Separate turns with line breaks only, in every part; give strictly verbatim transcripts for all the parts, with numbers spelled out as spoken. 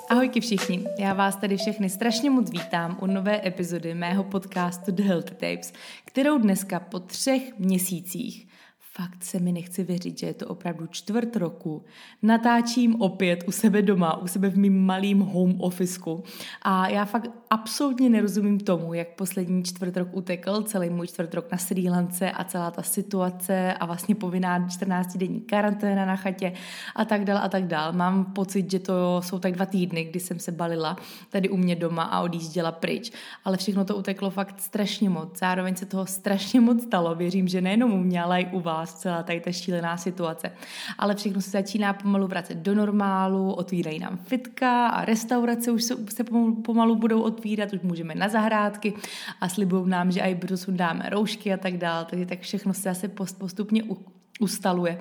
Ahojky všichni, já vás tady všechny strašně moc vítám u nové epizody mého podcastu The Healthy Tapes, kterou dneska po třech měsících, fakt se mi nechci věřit, že je to opravdu čtvrt roku, natáčím opět u sebe doma, u sebe v mým malým home officeku. A já fakt absolutně nerozumím tomu, jak poslední čtvrt rok utekl, celý můj čtvrt rok na Srí Lance a celá ta situace a vlastně povinná čtrnáctidenní karanténa na chatě a tak dál a tak dál. Mám pocit, že to jsou tak dva týdny, kdy jsem se balila tady u mě doma a odjížděla pryč. Ale všechno to uteklo fakt strašně moc. Zároveň se toho strašně moc stalo. Věřím, že nejenom u mě, ale i u vás. Celá tady ta šílená situace. Ale všechno se začíná pomalu vracet do normálu, otvírají nám fitka a restaurace už se, se pomalu, pomalu budou otvírat, už můžeme na zahrádky a slibují nám, že i brzo sundáme roušky a tak dále, takže tak všechno se zase postupně ustaluje.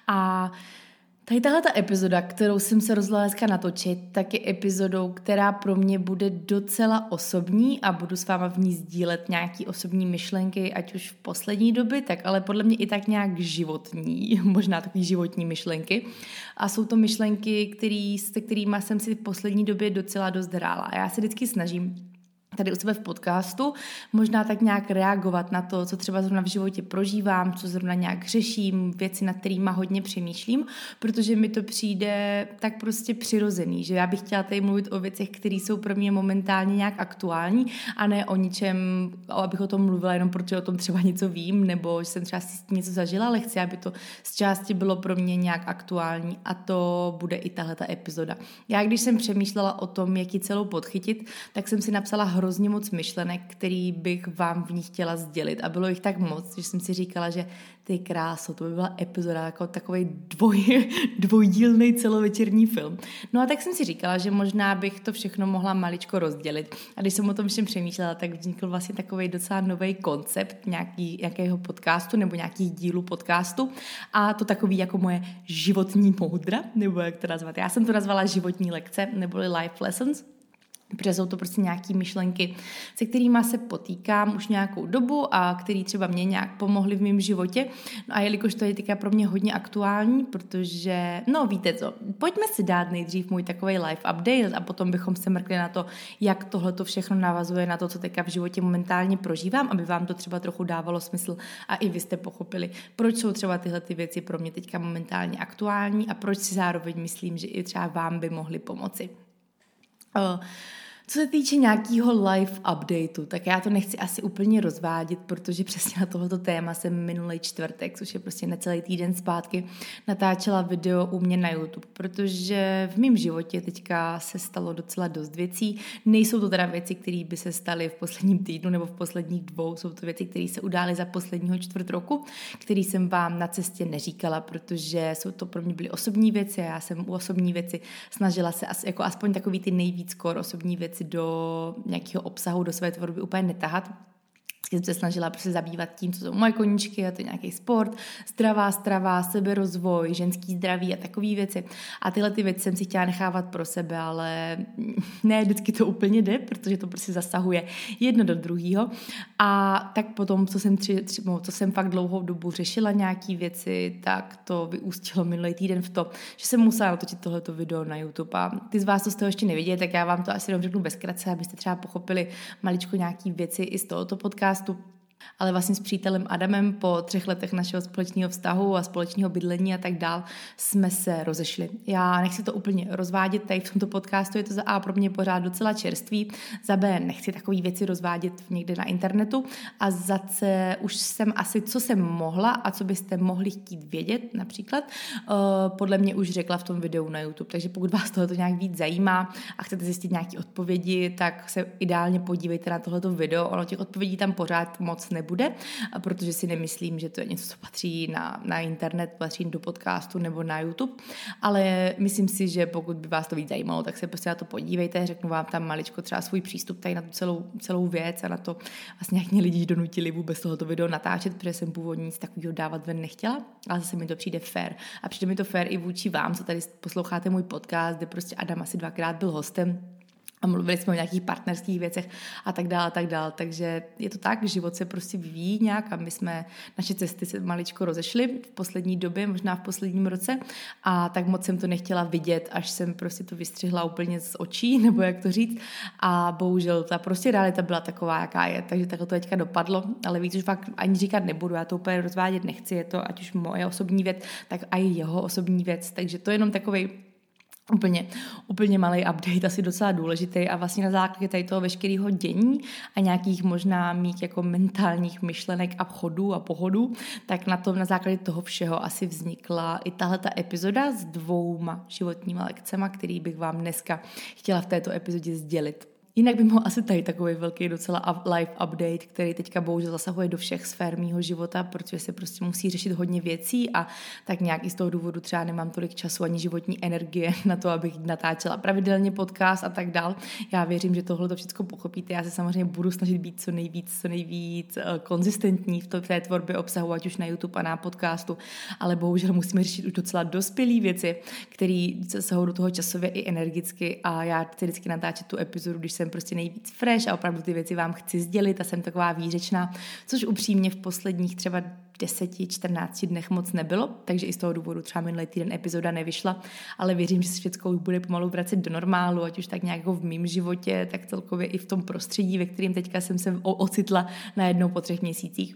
A tady tahle ta epizoda, kterou jsem se rozhodla dneska natočit, tak je epizodou, která pro mě bude docela osobní a budu s váma v ní sdílet nějaký osobní myšlenky, ať už v poslední době, tak ale podle mě i tak nějak životní, možná takový životní myšlenky. A jsou to myšlenky, který, se kterými jsem si v poslední době docela dost hrála. A já se vždycky snažím tady u sebe v podcastu možná tak nějak reagovat na to, co třeba zrovna v životě prožívám, co zrovna nějak řeším, věci, nad kterýma hodně přemýšlím, protože mi to přijde tak prostě přirozený, že já bych chtěla tady mluvit o věcech, které jsou pro mě momentálně nějak aktuální a ne o ničem, abych o tom mluvila jenom protože o tom třeba něco vím, nebo že jsem třeba si něco zažila, ale chci, aby to z části bylo pro mě nějak aktuální a to bude i tahleta epizoda. Já když jsem přemýšlela o tom, jak ji celou podchytit, tak jsem si napsala hrozně moc myšlenek, který bych vám v ní chtěla sdělit. A bylo jich tak moc, že jsem si říkala, že ty kráso, to by byla epizoda jako takový dvoj, dvojdílný celovečerní film. No a tak jsem si říkala, že možná bych to všechno mohla maličko rozdělit. A když jsem o tom všem přemýšlela, tak vznikl vlastně takový docela nový koncept nějaký, nějakého podcastu nebo nějakých dílů podcastu. A to takový jako moje životní moudra, nebo jak to nazvat. Já jsem to nazvala životní lekce, neboli life lessons. Protože jsou to prostě nějaké myšlenky, se kterými se potýkám už nějakou dobu a které třeba mě nějak pomohly v mém životě. No a jelikož to je teďka pro mě hodně aktuální, protože, no víte co, pojďme si dát nejdřív můj takovej life update a potom bychom se mrkli na to, jak tohle to všechno navazuje na to, co teďka v životě momentálně prožívám, aby vám to třeba trochu dávalo smysl a i vy jste pochopili, proč jsou třeba tyhle ty věci pro mě teďka momentálně aktuální a proč si zároveň myslím, že i třeba vám by mohly pomoci. Uh, Co se týče nějakého live updateu, tak já to nechci asi úplně rozvádět, protože přesně na tohoto téma jsem minulý čtvrtek, což je prostě necelý týden zpátky, natáčela video u mě na YouTube, protože v mém životě teďka se stalo docela dost věcí. Nejsou to teda věci, které by se staly v posledním týdnu nebo v posledních dvou, jsou to věci, které se udály za posledního čtvrt roku, které jsem vám na cestě neříkala, protože jsou to pro mě byly osobní věci a já jsem u osobní věci snažila se as, jako aspoň takový ty nejvíc core osobní věci do nějakého obsahu, do své tvorby úplně netahat. Jsem se snažila prostě zabývat tím, co jsou moje koníčky, a to je nějaký sport, zdravá strava, seberozvoj, ženský zdraví a takové věci. A tyhle ty věci jsem si chtěla nechávat pro sebe, ale ne vždycky to úplně jde, protože to prostě zasahuje jedno do druhého. A tak potom, co jsem, tři, tři, co jsem fakt dlouhou dobu řešila nějaký věci, tak to vyústilo minulý týden v to, že jsem musela natočit tohleto video na YouTube. A ty z vás, co jste ho ještě neviděli, tak já vám to asi jenom řeknu bezkratce, abyste třeba pochopili maličko nějaký věci i z tohoto podcastu. Ale vlastně s přítelem Adamem po třech letech našeho společného vztahu a společného bydlení a tak dál jsme se rozešli. Já nechci to úplně rozvádět tady v tomto podcastu, je to za A pro mě pořád docela čerstvý, za B nechci takové věci rozvádět někde na internetu a za C už jsem asi, co jsem mohla a co byste mohli chtít vědět například, podle mě už řekla v tom videu na YouTube, takže pokud vás tohle nějak víc zajímá a chcete zjistit nějaké odpovědi, tak se ideálně podívejte na tohleto video, ono těch odpovědí tam pořád moc nebude, protože si nemyslím, že to je něco, co patří na, na internet, patří do podcastu nebo na YouTube, ale myslím si, že pokud by vás to víc zajímalo, tak se prostě na to podívejte, řeknu vám tam maličko třeba svůj přístup tady na tu celou, celou věc a na to vlastně jak mě lidi donutili vůbec tohoto video natáčet, protože jsem původně nic takového dávat ven nechtěla, ale zase mi to přijde fair. A přijde mi to fair i vůči vám, co tady posloucháte můj podcast, kde prostě Adam asi dvakrát byl hostem a mluvili jsme o nějakých partnerských věcech a tak dále, a tak dále. Takže je to tak, život se prostě vyvíjí nějak a my jsme, naše cesty se maličko rozešly v poslední době, možná v posledním roce a tak moc jsem to nechtěla vidět, až jsem prostě to vystřihla úplně z očí, nebo jak to říct. A bohužel ta prostě realita byla taková, jaká je. Takže takhle to teďka dopadlo, ale víc už fakt ani říkat nebudu, já to úplně rozvádět nechci, je to ať už moje osobní věc, tak i jeho osobní věc. Takže to je jenom takovej Úplně, úplně malý update, asi docela důležitý a vlastně na základě tady toho veškerého dění a nějakých možná mých jako mentálních myšlenek a chodů a pohodů, tak na tom na základě toho všeho asi vznikla i tahleta epizoda s dvouma životníma lekcema, který bych vám dneska chtěla v této epizodě sdělit. Jinak by mohl asi tady takový velký docela live update, který teďka bohužel zasahuje do všech sfér mýho života, protože se prostě musí řešit hodně věcí a tak nějak i z toho důvodu třeba nemám tolik času ani životní energie na to, abych natáčela pravidelně podcast a tak dál. Já věřím, že tohle to všechno pochopíte. Já se samozřejmě budu snažit být co nejvíc, co nejvíc uh, konzistentní v, to, v té tvorbě obsahu, ať už na YouTube a na podcastu, ale bohužel musíme řešit už docela dospělé věci, které zasahují do toho časově i energicky a já chci vždycky natáčet tu epizodu, když jsem prostě nejvíc fresh a opravdu ty věci vám chci sdělit a jsem taková výřečná, což upřímně v posledních třeba deseti čtrnácti dnech moc nebylo, takže i z toho důvodu třeba minulý týden epizoda nevyšla, ale věřím, že se všechno bude pomalu vracet do normálu, ať už tak nějak jako v mém životě, tak celkově i v tom prostředí, ve kterém teďka jsem se ocitla najednou po třech měsících.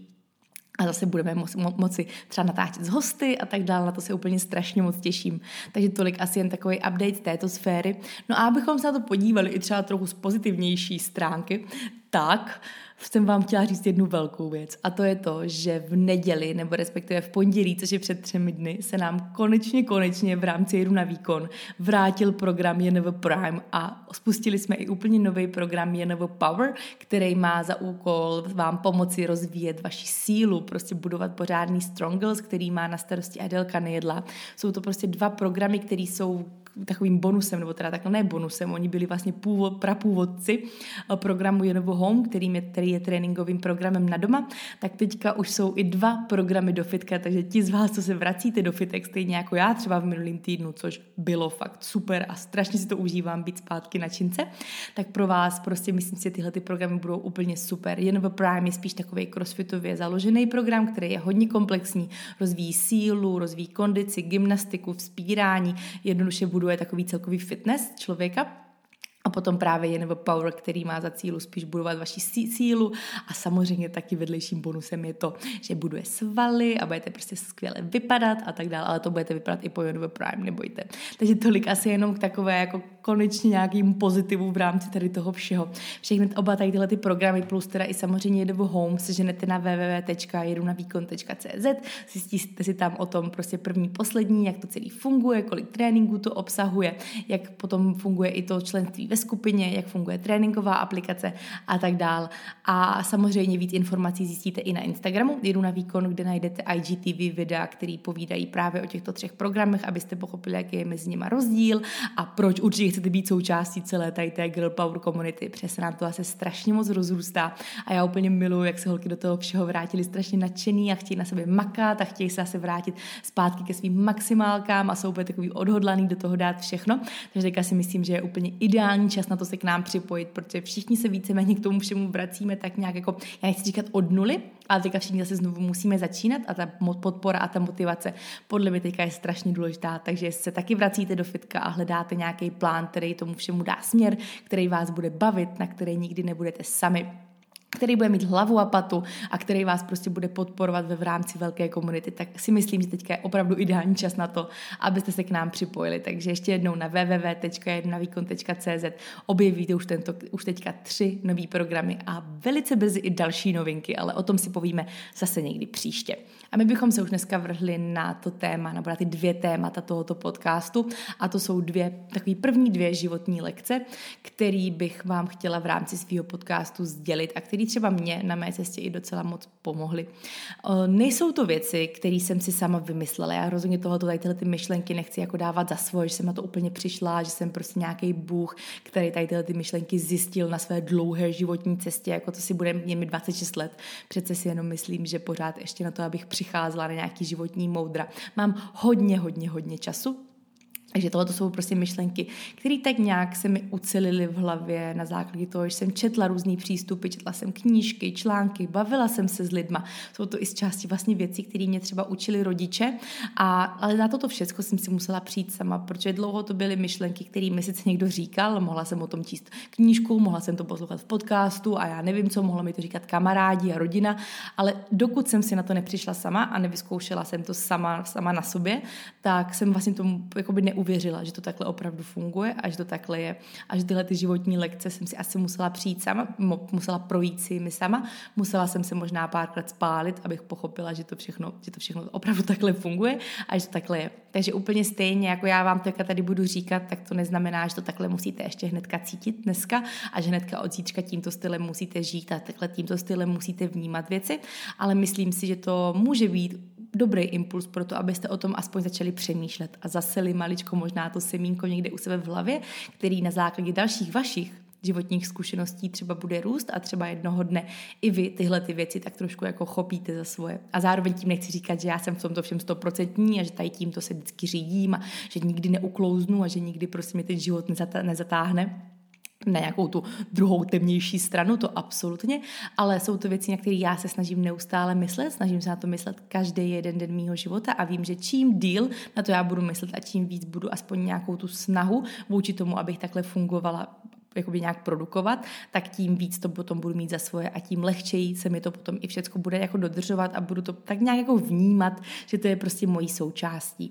A zase budeme moci, mo- moci třeba natáčet s hosty a tak dále, na to se úplně strašně moc těším. Takže tolik asi jen takový update z této sféry. No a abychom se na to podívali i třeba trochu z pozitivnější stránky, tak jsem vám chtěla říct jednu velkou věc a to je to, že v neděli nebo respektive v pondělí, což je před třemi dny, se nám konečně, konečně v rámci Jedu na výkon vrátil program J N V Prime a spustili jsme i úplně nový program J N V Power, který má za úkol vám pomoci rozvíjet vaši sílu, prostě budovat pořádný Strongles, který má na starosti Adélka Nejedla. Jsou to prostě dva programy, které jsou takovým bonusem, nebo teda takhle ne bonusem, oni byli vlastně původ, prapůvodci programu J N V Home, který je, který je tréninkovým programem na doma, tak teďka už jsou i dva programy do fitka, takže ti z vás, co se vracíte do fitek, stejně jako já třeba v minulým týdnu, což bylo fakt super a strašně si to užívám být zpátky na čince, tak pro vás prostě myslím si, že tyhle ty programy budou úplně super. J N V Prime je spíš takový crossfitově založený program, který je hodně komplexní, rozvíjí sílu, rozvíjí kondici, gymnastiku, vzpírání, jednoduše buduje takový celkový fitness člověka. A potom právě J N V Power, který má za cílu spíš budovat vaši sílu a samozřejmě taky vedlejším bonusem je to, že buduje svaly a budete prostě skvěle vypadat a tak dále, ale to budete vypadat i po J N V Prime, nebojte. Takže tolik asi jenom k takové jako konečně nějakým pozitivu v rámci tady toho všeho. Všechny oba tady tyhle ty programy plus teda i samozřejmě J N V Home seženete na w w w tečka jedu na výkon tečka c z, zjistíte si tam o tom prostě první, poslední, jak to celý funguje, kolik tréninků to obsahuje, jak potom funguje i to členství ve skupině, jak funguje tréninková aplikace a tak dál. A samozřejmě víc informací zjistíte i na Instagramu, Jedu na výkon, kde najdete I G T V videa, který povídají právě o těchto třech programech, abyste pochopili, jaký je mezi nimi rozdíl a proč určitě chcete být součástí celé tady té Girl Power Community. Přesně nám to asi strašně moc rozrůstá a já úplně miluji, jak se holky do toho všeho vrátily strašně nadšený a chtějí na sebe makat a chtějí se zase vrátit zpátky ke svým maximálkám a jsou úplně takový odhodlaný do toho dát všechno. Takže teďka si myslím, že je úplně ideální čas na to se k nám připojit, protože všichni se víceméně k tomu všemu vracíme tak nějak jako, já nechci říkat od nuly, ale teďka všichni zase znovu musíme začínat a ta podpora a ta motivace podle mě teďka je strašně důležitá, takže se taky vracíte do fitka a hledáte nějaký plán, který tomu všemu dá směr, který vás bude bavit, na který nikdy nebudete sami, který bude mít hlavu a patu a který vás prostě bude podporovat ve v rámci velké komunity, tak si myslím, že teďka je opravdu ideální čas na to, abyste se k nám připojili. Takže ještě jednou na w w w tečka jedu na výkon tečka c z objevíte už, tento, už teďka tři nový programy a velice brzy i další novinky, ale o tom si povíme zase někdy příště. A my bychom se už dneska vrhli na to téma, nebo na ty dvě témata tohoto podcastu a to jsou dvě, takový první dvě životní lekce, který bych vám chtěla v rámci svého podcastu sdělit a který třeba mě na mé cestě i docela moc pomohly. Nejsou to věci, které jsem si sama vymyslela. Já rozhodně tohoto, tady tyhle ty myšlenky nechci jako dávat za svoje, že jsem na to úplně přišla, že jsem prostě nějaký bůh, který tady tyhle ty myšlenky zjistil na své dlouhé životní cestě, jako to si bude mě mi dvacet šest let. Přece si jenom myslím, že pořád ještě na to, abych přicházela na nějaký životní moudra. Mám hodně, hodně, hodně času. Takže tohle to jsou prostě myšlenky, které tak nějak se mi ucelily v hlavě na základě toho, že jsem četla různý přístupy, četla jsem knížky, články, bavila jsem se s lidma. Jsou to i z části vlastně věci, které mě třeba učili rodiče, a, ale na toto všechno jsem si musela přijít sama, protože dlouho to byly myšlenky, které mi sice někdo říkal, mohla jsem o tom číst knížku, mohla jsem to poslouchat v podcastu a já nevím co, mohla mi to říkat kamarádi a rodina, ale dokud jsem si na to nepřišla sama a nevyzkoušela jsem to sama, sama na sobě, tak jsem vlastně tomu jakoby neuvěřila, uvěřila, že to takhle opravdu funguje a že to takhle je a že tyhle ty životní lekce jsem si asi musela přijít sama, musela projít si mi sama, musela jsem se možná párkrát spálit, abych pochopila, že to všechno, že to všechno opravdu takhle funguje a že to takhle je. Takže úplně stejně, jako já vám teďka tady budu říkat, tak to neznamená, že to takhle musíte ještě hnedka cítit dneska a že hnedka od zítřka tímto stylem musíte žít a takhle tímto stylem musíte vnímat věci, ale myslím si, že to může být dobrý impuls pro to, abyste o tom aspoň začali přemýšlet a zaseli maličko možná to semínko někde u sebe v hlavě, který na základě dalších vašich životních zkušeností třeba bude růst a třeba jednoho dne i vy tyhle ty věci tak trošku jako chopíte za svoje. A zároveň tím nechci říkat, že já jsem v tomto všem stoprocentní a že tady tímto se vždycky řídím a že nikdy neuklouznu a že nikdy prostě mě ten život nezatáhne na nějakou tu druhou temnější stranu, to absolutně, ale jsou to věci, na které já se snažím neustále myslet, snažím se na to myslet každý jeden den mýho života a vím, že čím díl na to já budu myslet a čím víc budu aspoň nějakou tu snahu vůči tomu, abych takhle fungovala, jakoby nějak produkovat, tak tím víc to potom budu mít za svoje a tím lehčeji se mi to potom i všecko bude jako dodržovat a budu to tak nějak jako vnímat, že to je prostě mojí součástí.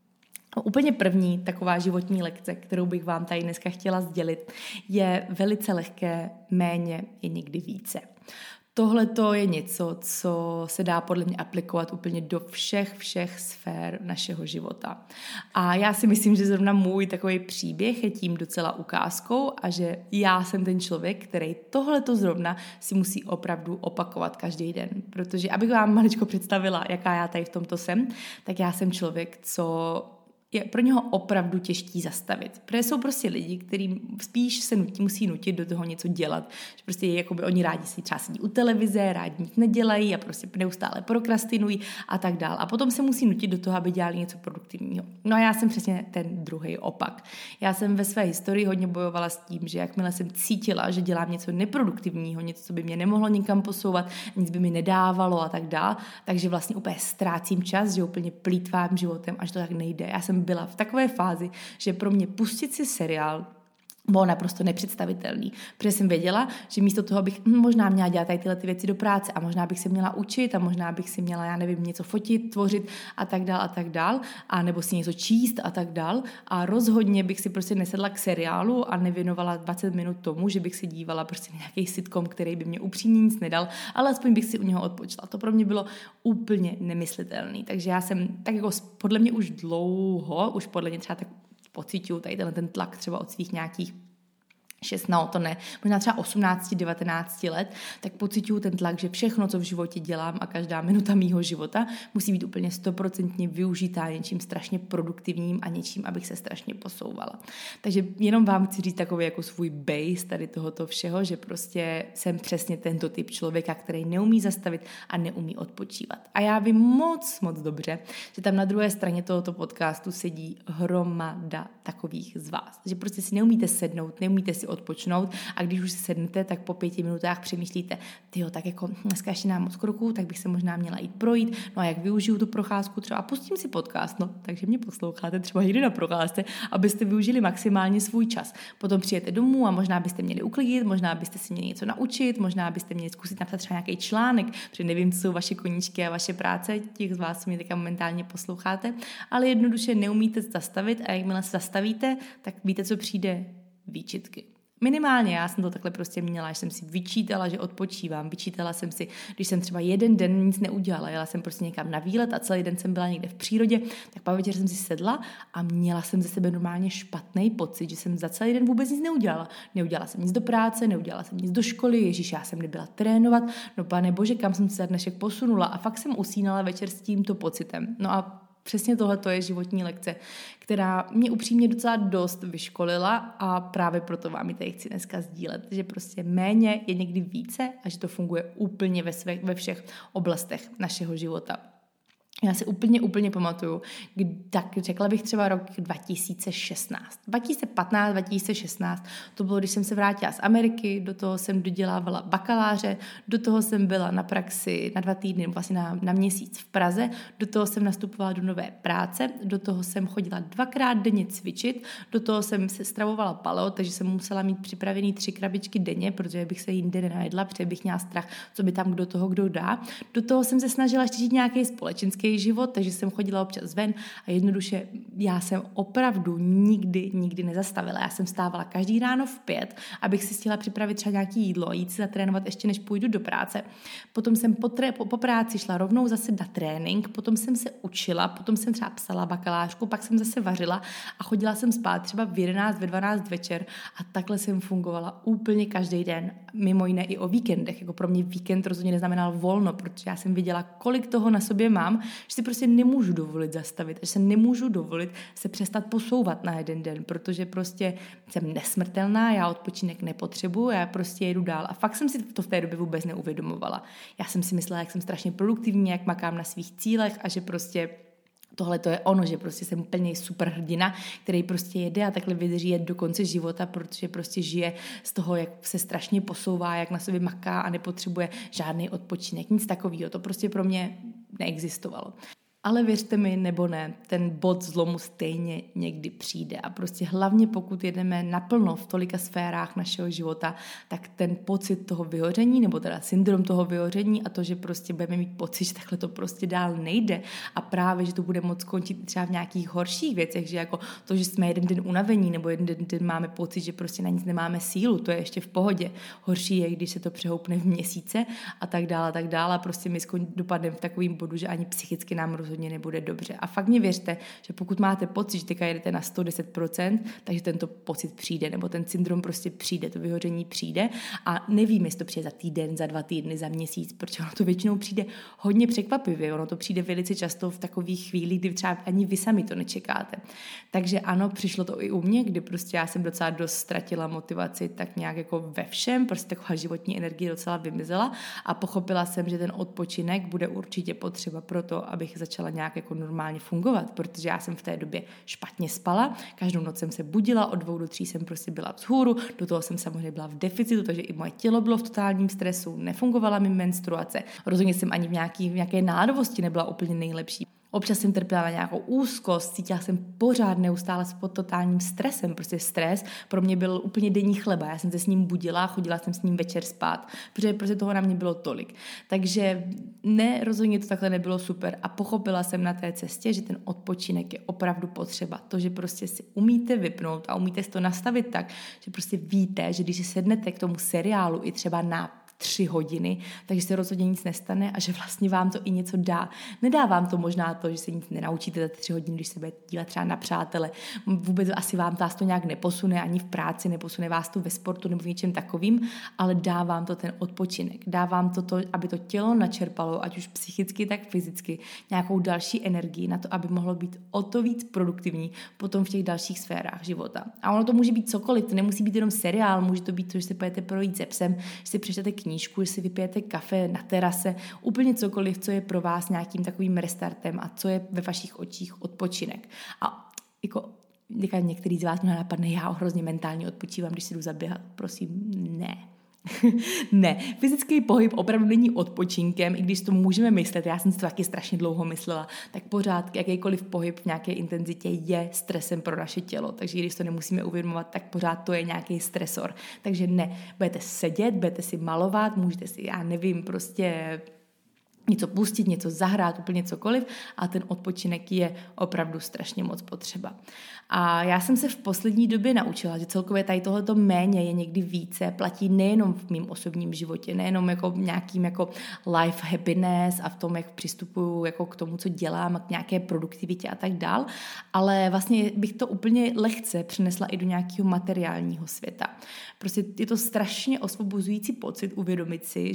Úplně první taková životní lekce, kterou bych vám tady dneska chtěla sdělit, je velice lehké, méně je někdy více. Tohle to je něco, co se dá podle mě aplikovat úplně do všech, všech sfér našeho života. A já si myslím, že zrovna můj takový příběh je tím docela ukázkou a že já jsem ten člověk, který tohle to zrovna si musí opravdu opakovat každý den. Protože abych vám maličko představila, jaká já tady v tomto jsem, tak já jsem člověk, co je pro něho opravdu těžký zastavit. Protože jsou prostě lidi, kteří spíš se nutí, musí nutit do toho něco dělat. Že prostě jakoby oni rádi si třeba sedí u televize, rádi nic nedělají a prostě neustále prokrastinují a tak dál. A potom se musí nutit do toho, aby dělali něco produktivního. No a já jsem přesně ten druhý opak. Já jsem ve své historii hodně bojovala s tím, že jakmile jsem cítila, že dělám něco neproduktivního, něco, co by mě nemohlo nikam posouvat, nic by mi nedávalo a tak dál, takže vlastně úplně ztrácím čas, že úplně plýtvám životem, až to tak nejde. Já jsem byla v takové fázi, že pro mě pustit si seriál bylo naprosto nepředstavitelný, protože jsem věděla, že místo toho bych hm, možná měla dělat tady tyhle ty věci do práce a možná bych se měla učit a možná bych si měla, já nevím, něco fotit, tvořit a tak dál a tak dál, a nebo si něco číst a tak dál a rozhodně bych si prostě nesedla k seriálu a nevěnovala dvacet minut tomu, že bych si dívala prostě nějaký sitcom, který by mě upřímně nic nedal, ale aspoň bych si u něho odpočila. To pro mě bylo úplně nemyslitelný, takže já jsem tak jako podle mě už dlouho, už podle mě třeba tak pociťuju tady ten, ten tlak třeba od svých nějakých šestnáct, to ne, možná třeba osmnáct, devatenáct let, tak pociťuju ten tlak, že všechno, co v životě dělám a každá minuta mýho života musí být úplně stoprocentně využitá něčím strašně produktivním a něčím, abych se strašně posouvala. Takže jenom vám chci říct takový jako svůj base tady tohoto všeho, že prostě jsem přesně tento typ člověka, který neumí zastavit a neumí odpočívat. A já vím moc, moc dobře, že tam na druhé straně tohoto podcastu sedí hromada takových z vás. Že prostě si neumíte sednout, neumíte si odpočnout a když už si sednete, tak po pěti minutách přemýšlíte, tyjo, tak jako dneska ještě nám moc kroků, tak bych se možná měla jít projít, no a jak využiju tu procházku, třeba pustím si podcast, no, takže mě posloucháte třeba někdy na procházce, abyste využili maximálně svůj čas. Potom přijete domů a možná byste měli uklidit, možná byste si měli něco naučit, možná byste měli zkusit napsat třeba nějaký článek, protože nevím, co jsou vaše koníčky a vaše práce, těch z vás, co mě teďka momentálně posloucháte, ale jednoduše neumíte zastavit a jakmile se zastavíte, tak víte, co přijde? Výčitky. Minimálně já jsem to takhle prostě měla, že jsem si vyčítala, že odpočívám. Vyčítala jsem si, když jsem třeba jeden den nic neudělala, jela jsem prostě někam na výlet a celý den jsem byla někde v přírodě, tak pak večer jsem si sedla a měla jsem ze sebe normálně špatný pocit, že jsem za celý den vůbec nic neudělala. Neudělala jsem nic do práce, neudělala jsem nic do školy, ježiš, já jsem nebyla trénovat, no pane bože, kam jsem se za dnešek posunula a fakt jsem usínala večer s tímto pocitem. No a přesně tohle to je životní lekce, která mě upřímně docela dost vyškolila a právě proto vám ji tady chci dneska sdílet, že prostě méně je někdy více a že to funguje úplně ve, své, ve všech oblastech našeho života. Já si úplně, úplně pamatuju, tak řekla bych třeba rok dva tisíce šestnáct. dva tisíce patnáct, dva tisíce šestnáct, to bylo, když jsem se vrátila z Ameriky, do toho jsem dodělávala bakaláře, do toho jsem byla na praxi na dva týdny, vlastně na, na měsíc v Praze, do toho jsem nastupovala do nové práce, do toho jsem chodila dvakrát denně cvičit, do toho jsem se stravovala paleo, takže jsem musela mít připravený tři krabičky denně, protože bych se jinde nenajedla, protože bych měla strach, co by tam do toho kdo dá. Do toho jsem se snažila ještě žít nějaký společenský život, takže jsem chodila občas ven a jednoduše já jsem opravdu nikdy, nikdy nezastavila. Já jsem stávala každý ráno v pět, abych si stihla připravit třeba nějaké jídlo, jít si zatrénovat ještě, než půjdu do práce. Potom jsem po, tré, po, po práci šla rovnou zase na trénink, potom jsem se učila, potom jsem třeba psala bakalářku, pak jsem zase vařila a chodila jsem spát třeba v jedenáct, ve dvanáct večer a takhle jsem fungovala úplně každý den, mimo jiné i o víkendech. Jako pro mě víkend rozhodně neznamenal volno, protože já jsem viděla, kolik toho na sobě mám, že si prostě nemůžu dovolit zastavit, že se nemůžu dovolit se přestat posouvat na jeden den, protože prostě jsem nesmrtelná, já odpočinek nepotřebuji, já prostě jedu dál. A fakt jsem si to v té době vůbec neuvědomovala. Já jsem si myslela, jak jsem strašně produktivní, jak makám na svých cílech a že prostě tohle to je ono, že prostě jsem úplně super hrdina, který prostě jede a takhle vydrží jet do konce života, protože prostě žije z toho, jak se strašně posouvá, jak na sobě maká a nepotřebuje žádný odpočinek, nic takového. To prostě pro mě neexistovalo. Ale věřte mi nebo ne, ten bod zlomu stejně někdy přijde a prostě hlavně pokud jedeme naplno v tolika sférách našeho života, tak ten pocit toho vyhoření, nebo teda syndrom toho vyhoření a to, že prostě budeme mít pocit, že takhle to prostě dál nejde a právě, že to bude moc skončit třeba v nějakých horších věcech, že jako to, že jsme jeden den unavení nebo jeden den máme pocit, že prostě na nic nemáme sílu, to je ještě v pohodě. Horší je, když se to přehoupne v měsíce a tak dále, a tak dále a prostě my dopadneme v takovým bodu, že ani psychicky nám rozhodně nebude dobře. A fakt mě věřte, že pokud máte pocit, že teďka jedete na sto deset procent, takže tento pocit přijde, nebo ten syndrom prostě přijde, to vyhoření přijde a nevím, jestli to přijde za týden, za dva týdny, za měsíc, protože ono to většinou přijde hodně překvapivě, ono to přijde velice často v takových chvílích, kdy třeba ani vy sami to nečekáte. Takže ano, přišlo to i u mě, kdy prostě já jsem docela dost ztratila motivaci tak nějak jako ve všem, prostě taková životní energie docela vymizela a pochopila jsem, že ten odpočinek bude určitě potřeba pro to, abych začala nějak jako normálně fungovat, protože já jsem v té době špatně spala, každou noc jsem se budila, od dvou do tří jsem prostě byla vzhůru, do toho jsem samozřejmě byla v deficitu, takže i moje tělo bylo v totálním stresu, nefungovala mi menstruace, rozhodně jsem ani v, nějaký, v nějaké nádovosti nebyla úplně nejlepší. Občas jsem trpěla na nějakou úzkost, cítila jsem pořád neustále pod totálním stresem. Prostě stres pro mě byl úplně denní chleba. Já jsem se s ním budila, chodila jsem s ním večer spát, protože prostě toho na mě bylo tolik. Takže ne, rozhodně to takhle nebylo super a pochopila jsem na té cestě, že ten odpočinek je opravdu potřeba. To, že prostě si umíte vypnout a umíte si to nastavit tak, že prostě víte, že když si sednete k tomu seriálu i třeba na tři hodiny, takže se rozhodně nic nestane a že vlastně vám to i něco dá. Nedá vám to možná to, že se nic nenaučíte za tři hodiny, když se budete dívat třeba na přátele. Vůbec asi vám vás to nějak neposune, ani v práci, neposune vás to ve sportu nebo v něčem takovým, ale dá vám to ten odpočinek. Dá vám to, to, aby to tělo načerpalo, ať už psychicky, tak fyzicky, nějakou další energii na to, aby mohlo být o to víc produktivní potom v těch dalších sférách života. A ono to může být cokoliv, to nemusí být jenom seriál, může to být to, že si pojete projít se psem, že si přečtete knížku, že si vypijete kafe na terase, úplně cokoliv, co je pro vás nějakým takovým restartem a co je ve vašich očích odpočinek. A jako některý z vás možná napadne, já hrozně mentálně odpočívám, když si jdu zaběhat. Prosím, ne. Ne, fyzický pohyb opravdu není odpočinkem, i když to můžeme myslet, já jsem si to taky strašně dlouho myslela, tak pořád jakýkoliv pohyb v nějaké intenzitě je stresem pro naše tělo, takže když to nemusíme uvědomovat, tak pořád to je nějaký stresor. Takže ne, budete sedět, budete si malovat, můžete si, já nevím, prostě něco pustit, něco zahrát, úplně cokoliv a ten odpočinek je opravdu strašně moc potřeba. A já jsem se v poslední době naučila, že celkově tady tohleto méně je někdy více, platí nejenom v mém osobním životě, nejenom jako nějakým jako life happiness a v tom, jak přistupuju jako k tomu, co dělám, k nějaké produktivitě a tak dál, ale vlastně bych to úplně lehce přinesla i do nějakého materiálního světa. Prostě je to strašně osvobozující pocit uvědomit si, že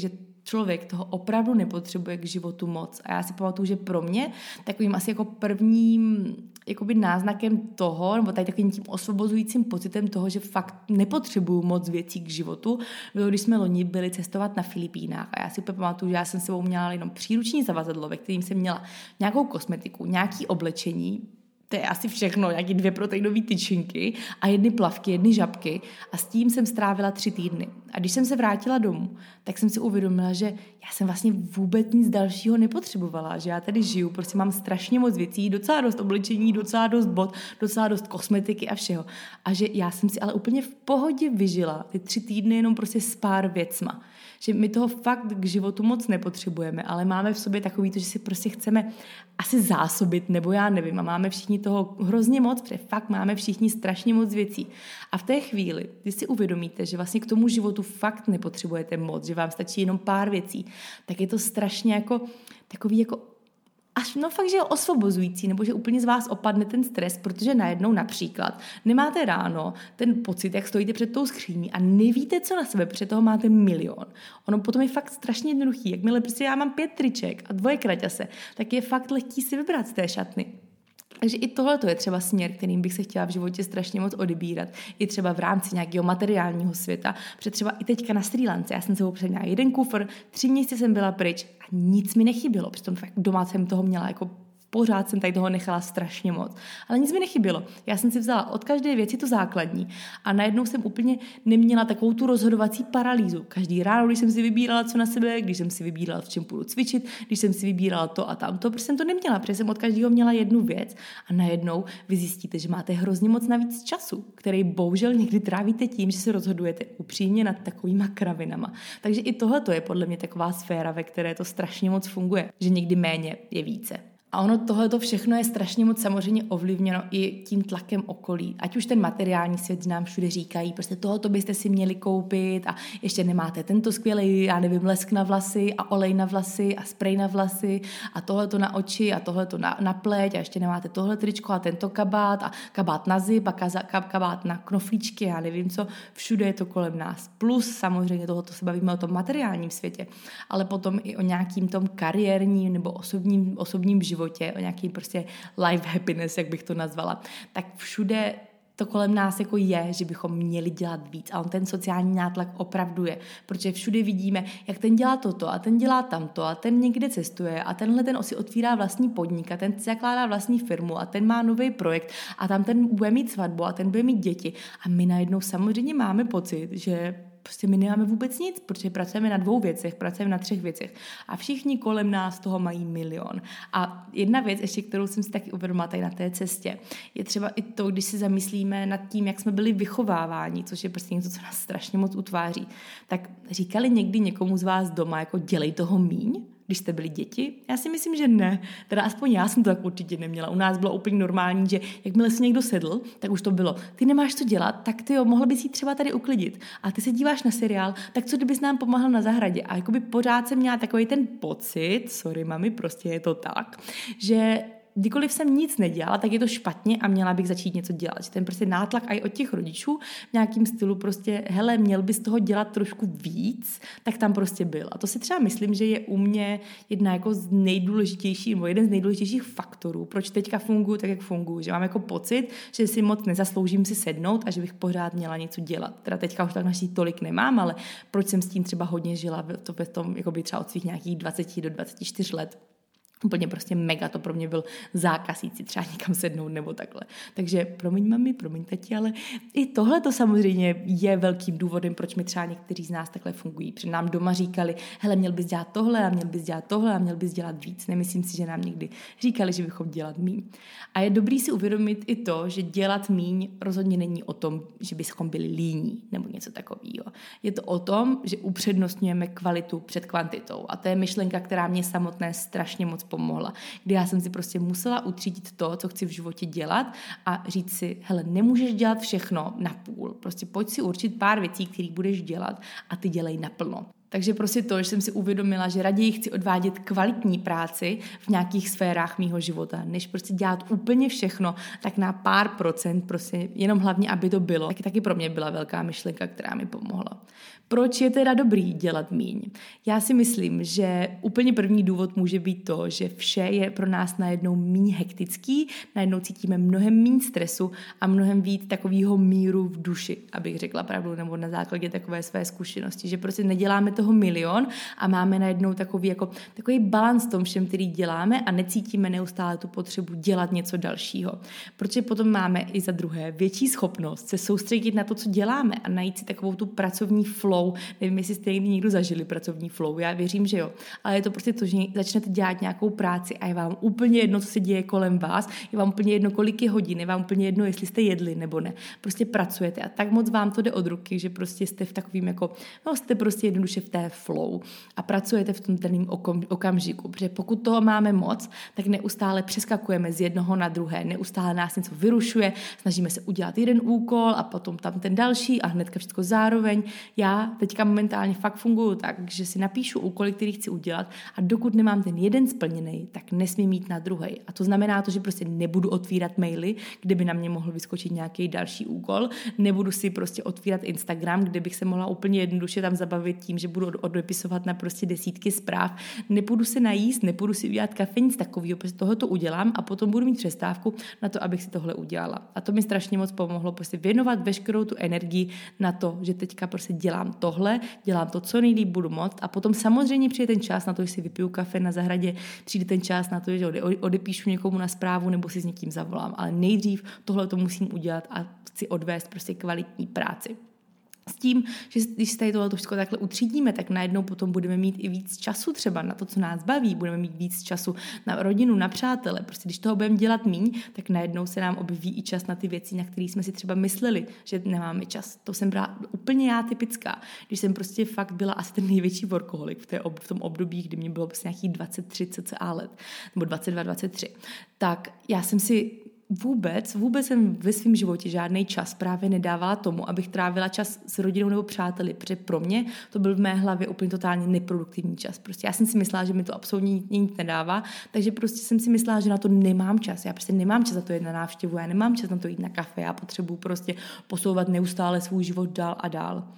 člověk toho opravdu nepotřebuje k životu moc. A já si pamatuju, že pro mě takovým asi jako prvním jakoby náznakem toho, nebo tady takovým tím osvobozujícím pocitem toho, že fakt nepotřebuju moc věcí k životu, bylo, když jsme loni byli cestovat na Filipínách. A já si pamatuju, že já jsem sebou měla jenom příruční zavazadlo, ve kterým jsem měla nějakou kosmetiku, nějaký oblečení, to je asi všechno, nějaké dvě proteinové tyčinky a jedny plavky, jedny žabky a s tím jsem strávila tři týdny. A když jsem se vrátila domů, tak jsem si uvědomila, že já jsem vlastně vůbec nic dalšího nepotřebovala, že já tady žiju, prostě mám strašně moc věcí, docela dost oblečení, docela dost bot, docela dost kosmetiky a všeho. A že já jsem si ale úplně v pohodě vyžila ty tři týdny jenom prostě s pár věcma. Že my toho fakt k životu moc nepotřebujeme, ale máme v sobě takový to, že si prostě chceme asi zásobit, nebo já nevím, a máme všichni toho hrozně moc, protože fakt máme všichni strašně moc věcí. A v té chvíli, když si uvědomíte, že vlastně k tomu životu fakt nepotřebujete moc, že vám stačí jenom pár věcí, tak je to strašně jako takový jako až no fakt, že je osvobozující, nebo že úplně z vás opadne ten stres, protože najednou například nemáte ráno ten pocit, jak stojíte před tou skříní a nevíte, co na sebe, protože toho máte milion. Ono potom je fakt strašně jednoduchý. Jakmile prostě já mám pět triček a dvoje kraťase, tak je fakt lehký si vybrat z té šatny. Takže i tohle je třeba směr, kterým bych se chtěla v životě strašně moc odebírat. I třeba v rámci nějakého materiálního světa. Protože třeba i teďka na Srí Lance, já jsem sebou předměla jeden kufr, tři měsíce jsem byla pryč a nic mi nechybělo. Přitom fakt doma jsem toho měla jako pořád jsem tady toho nechala strašně moc. Ale nic mi nechybělo. Já jsem si vzala od každé věci to základní a najednou jsem úplně neměla takovou tu rozhodovací paralýzu. Každý ráno, když jsem si vybírala, co na sebe, když jsem si vybírala, v čem půjdu cvičit, když jsem si vybírala to a tamto, protože jsem to neměla, protože jsem od každého měla jednu věc a najednou vy zjistíte, že máte hrozně moc navíc času, který bohužel někdy trávíte tím, že se rozhodujete upřímně nad takovýma kravinama. Takže i tohle je podle mě taková sféra, ve které to strašně moc funguje, že někdy méně je více. A ono tohleto všechno je strašně moc samozřejmě ovlivněno i tím tlakem okolí. Ať už ten materiální svět nám všude říkají, prostě tohoto byste si měli koupit a ještě nemáte tento skvělý, já nevím, lesk na vlasy a olej na vlasy a sprej na vlasy a tohleto na oči a tohleto na, na pleť a ještě nemáte tohle tričko a tento kabát a kabát na zip a kaza, kabát na knoflíčky, já nevím co, všude je to kolem nás. Plus samozřejmě tohoto se bavíme o tom materiálním světě, ale potom i o nějakým tom kariérním nebo osobním, osobním životě, o nějaký prostě life happiness, jak bych to nazvala, tak všude to kolem nás jako je, že bychom měli dělat víc. A on ten sociální nátlak opravdu je, protože všude vidíme, jak ten dělá toto a ten dělá tamto a ten někde cestuje a tenhle ten si otvírá vlastní podnik a ten si zakládá vlastní firmu a ten má nový projekt a tam ten bude mít svatbu a ten bude mít děti. A my najednou samozřejmě máme pocit, že prostě my nemáme vůbec nic, protože pracujeme na dvou věcech, pracujeme na třech věcech a všichni kolem nás toho mají milion. A jedna věc, ještě kterou jsem si taky uvědomila tady na té cestě, je třeba i to, když si zamyslíme nad tím, jak jsme byli vychováváni, což je prostě něco, co nás strašně moc utváří. Tak říkali někdy někomu z vás doma, jako dělej toho míň, když jste byli děti? Já si myslím, že ne. Teda aspoň já jsem to tak určitě neměla. U nás bylo úplně normální, že jakmile si někdo sedl, tak už to bylo. Ty nemáš co dělat, tak ty jo, mohl bys jít třeba tady uklidit. A ty se díváš na seriál, tak co kdybys nám pomáhal na zahradě? A jakoby pořád jsem měla takový ten pocit, sorry mami, prostě je to tak, že kdykoliv jsem nic nedělala, tak je to špatně a měla bych začít něco dělat. Že ten prostě nátlak i od těch rodičů v nějakým stylu prostě, hele, měl bys toho dělat trošku víc, tak tam prostě byl. A to si třeba myslím, že je u mě jedna jako z nejdůležitějších, nebo jeden z nejdůležitějších faktorů, proč teďka funguji tak, jak funguji. Že mám jako pocit, že si moc nezasloužím si sednout a že bych pořád měla něco dělat. Teda teďka už tak naštěstí tolik nemám, ale proč jsem s tím třeba hodně žila to v tom, jako by třeba od svých nějakých dvacet do dvaceti čtyř let. Úplně prostě mega, to pro mě byl zákaz jít si třeba někam sednout nebo takhle. Takže promiň mami, promiň tati, ale i tohle to samozřejmě je velkým důvodem, proč mi třeba někteří z nás takhle fungují. Protože nám doma říkali, hele, měl bys dělat tohle a měl bys dělat tohle a měl bys dělat víc. Nemyslím si, že nám někdy říkali, že bychom dělat míň. A je dobrý si uvědomit i to, že dělat míň rozhodně není o tom, že bychom byli líní nebo něco takového. Je to o tom, že upřednostňujeme kvalitu před kvantitou. A to je myšlenka, která mě samotné strašně moc pomohla, kdy já jsem si prostě musela utřídit to, co chci v životě dělat a říct si, hele, nemůžeš dělat všechno na půl, prostě pojď si určit pár věcí, které budeš dělat a ty dělej naplno. Takže prostě to, že jsem si uvědomila, že raději chci odvádět kvalitní práci v nějakých sférách mýho života, než prostě dělat úplně všechno, tak na pár procent, prostě jenom hlavně, aby to bylo. Taky, taky pro mě byla velká myšlenka, která mi pomohla. Proč je teda dobrý dělat míň? Já si myslím, že úplně první důvod může být to, že vše je pro nás najednou míň hektický, najednou cítíme mnohem míň stresu a mnohem víc takového míru v duši, abych řekla pravdu, nebo na základě takové své zkušenosti, že prostě neděláme toho milion a máme najednou takový, jako, takový balans v tom všem, který děláme a necítíme neustále tu potřebu dělat něco dalšího. Protože potom máme i za druhé větší schopnost se soustředit na to, co děláme a najít si takovou tu pracovní flow. Nevím, jestli jste někdo zažili pracovní flow, já věřím, že jo. Ale je to prostě to, že začnete dělat nějakou práci a je vám úplně jedno, co se děje kolem vás, je vám úplně jedno, kolik je hodin, je vám úplně jedno, jestli jste jedli nebo ne. Prostě pracujete a tak moc vám to jde od ruky, že prostě jste v takovým jako, no jste prostě jednoduše v té flow a pracujete v tom daném okamžiku, protože pokud toho máme moc, tak neustále přeskakujeme z jednoho na druhé, neustále nás něco vyrušuje, snažíme se udělat jeden úkol a potom tam ten další a hnedka všechno zároveň. Já teďka momentálně fakt funguju tak, že si napíšu úkoly, který chci udělat a dokud nemám ten jeden splněný, tak nesmím mít na druhý. A to znamená to, že prostě nebudu otvírat maily, kde by na mě mohl vyskočit nějaký další úkol, nebudu si prostě otvírat Instagram, kde bych se mohla úplně jednoduše tam zabavit tím, že budu odepisovat na prostě desítky zpráv, nepůjdu se najíst, nepůjdu si udělat kafe, nic takového, protože tohoto udělám a potom budu mít přestávku na to, abych si tohle udělala. A to mi strašně moc pomohlo prostě věnovat veškerou tu energii na to, že teďka prostě dělám tohle, dělám to, co nejlíp budu moct a potom samozřejmě přijde ten čas na to, že si vypiju kafe na zahradě, přijde ten čas na to, že odepíšu někomu na zprávu nebo si s někým zavolám, ale nejdřív tohle to musím udělat a chci odvést prostě kvalitní práci. S tím, že když si tady tohle všechno takhle utřídíme, tak najednou potom budeme mít i víc času třeba na to, co nás baví, budeme mít víc času na rodinu, na přátele. Prostě když toho budeme dělat míň, tak najednou se nám objeví i čas na ty věci, na které jsme si třeba mysleli, že nemáme čas. To jsem byla úplně já typická. Když jsem prostě fakt byla asi ten největší workoholik v, té, v tom období, kdy mě bylo prostě nějakých dvacet tři cca let, nebo dvacet dva dvacet tři, tak já jsem si Vůbec, vůbec jsem ve svém životě žádný čas právě nedávala tomu, abych trávila čas s rodinou nebo přáteli, protože pro mě to byl v mé hlavě úplně totálně neproduktivní čas. Prostě já jsem si myslela, že mi to absolutně nic nedává, takže prostě jsem si myslela, že na to nemám čas. Já prostě nemám čas na to jít na návštěvu, já nemám čas na to jít na kafe, já potřebuji prostě posouvat neustále svůj život dál a dál.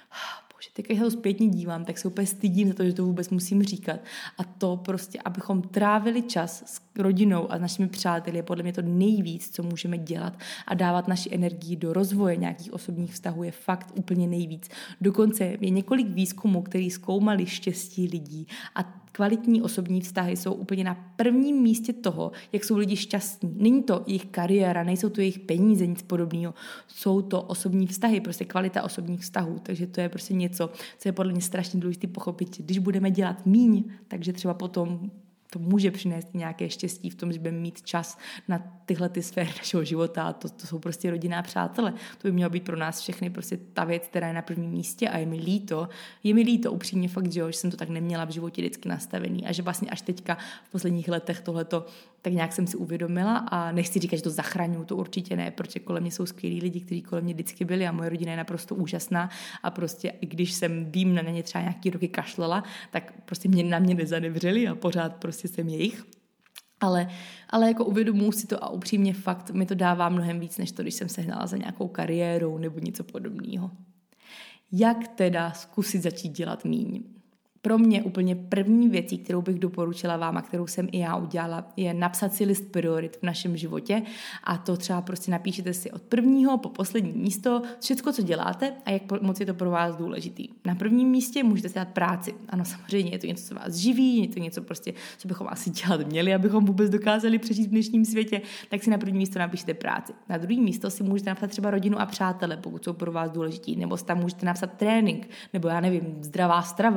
Bože, teď, když se to zpětně dívám, tak se úplně stydím za to, že to vůbec musím říkat. A to prostě, abychom trávili čas s rodinou a s našimi přáteli, je podle mě to nejvíc, co můžeme dělat a dávat naši energii do rozvoje nějakých osobních vztahů je fakt úplně nejvíc. Dokonce je několik výzkumů, který zkoumali štěstí lidí a kvalitní osobní vztahy jsou úplně na prvním místě toho, jak jsou lidi šťastní. Není to jejich kariéra, nejsou to jejich peníze, nic podobného. Jsou to osobní vztahy, prostě kvalita osobních vztahů. Takže to je prostě něco, co je podle mě strašně důležité pochopit. Když budeme dělat míň, takže třeba potom to může přinést nějaké štěstí v tom, že budeme mít čas na tyhle ty sféry našeho života a to, to jsou prostě rodina a přátelé. To by mělo být pro nás všechny prostě ta věc, která je na prvním místě a je mi líto, je mi líto upřímně fakt, že, jo, že jsem to tak neměla v životě vždycky nastavený a že vlastně až teďka v posledních letech tohleto tak nějak jsem si uvědomila a nechci říkat, že to zachraňuju, to určitě ne, protože kolem mě jsou skvělí lidi, kteří kolem mě vždycky byli a moje rodina je naprosto úžasná a prostě i když jsem vím na ně třeba nějaký roky kašlela, tak prostě mě na mě nezanevřeli a pořád prostě jsem jejich. Ale, ale jako uvědomuji si to a upřímně fakt mi to dává mnohem víc, než to, když jsem se hnala za nějakou kariérou nebo něco podobného. Jak teda zkusit začít dělat míň? Pro mě úplně první věcí, kterou bych doporučila vám a kterou jsem i já udělala, je napsat si list priorit v našem životě a to třeba prostě napíšete si od prvního po poslední místo všechno, co děláte a jak moc je to pro vás důležitý. Na prvním místě můžete si dát práci. Ano, samozřejmě je to něco, co vás živí, je to něco prostě, co bychom asi dělat měli, abychom vůbec dokázali přežít v dnešním světě, tak si na první místo napíšete práci. Na druhé místo si můžete napsat třeba rodinu a přátele, pokud jsou pro vás důležitý, nebo si tam můžete napsat trénink, nebo já nevím, zdravá strava, nebo něco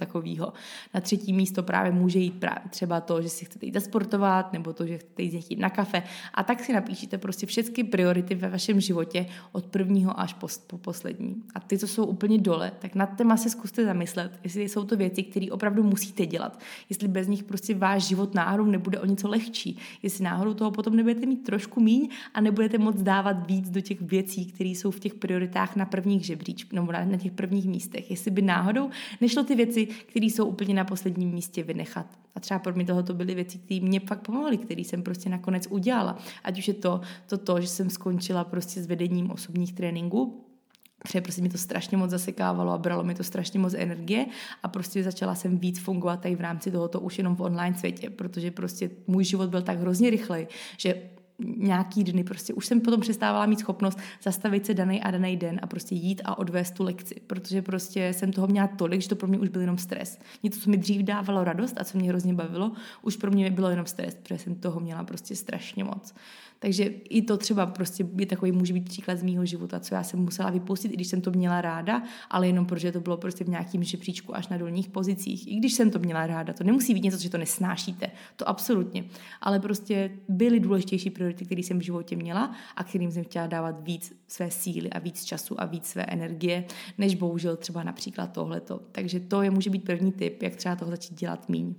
takového. Na třetí místo právě může jít právě třeba to, že si chcete jít zasportovat, nebo to, že chcete jít někým na kafe. A tak si napíšete prostě všechny priority ve vašem životě od prvního až po, po poslední. A ty, co jsou úplně dole, tak nad téma se zkuste zamyslet, jestli jsou to věci, které opravdu musíte dělat. Jestli bez nich prostě váš život náhodou nebude o něco lehčí. Jestli náhodou toho potom nebudete mít trošku míň a nebudete moc dávat víc do těch věcí, které jsou v těch prioritách na prvních žebříčkách nebo na, na těch prvních místech. Jestli by náhodou nešlo ty věci, které jsou úplně na posledním místě, vynechat. A třeba pro mě tohoto byly věci, které mě fakt pomohly, které jsem prostě nakonec udělala. Ať už je to, to, to že jsem skončila prostě s vedením osobních tréninků, protože prostě mi to strašně moc zasekávalo a bralo mi to strašně moc energie a prostě začala jsem víc fungovat tady v rámci tohoto už jenom v online světě, protože prostě můj život byl tak hrozně rychlej, že nějaký dny prostě už jsem potom přestávala mít schopnost zastavit se daný a daný den a prostě jít a odvést tu lekci, protože prostě jsem toho měla tolik, že to pro mě už byl jenom stres. Něco, co mi dřív dávalo radost a co mě hrozně bavilo, už pro mě bylo jenom stres, protože jsem toho měla prostě strašně moc. Takže i to třeba prostě je takový, může být příklad z mýho života, co já jsem musela vypustit, i když jsem to měla ráda, ale jenom protože to bylo prostě v nějakým žebříčku až na dolních pozicích. I když jsem to měla ráda, to nemusí být něco, že to nesnášíte, to absolutně. Ale prostě byly důležitější priority, které jsem v životě měla a kterým jsem chtěla dávat víc své síly a víc času a víc své energie, než bohužel třeba například tohleto. Takže to je může být první tip, jak třeba toho začít dělat míň.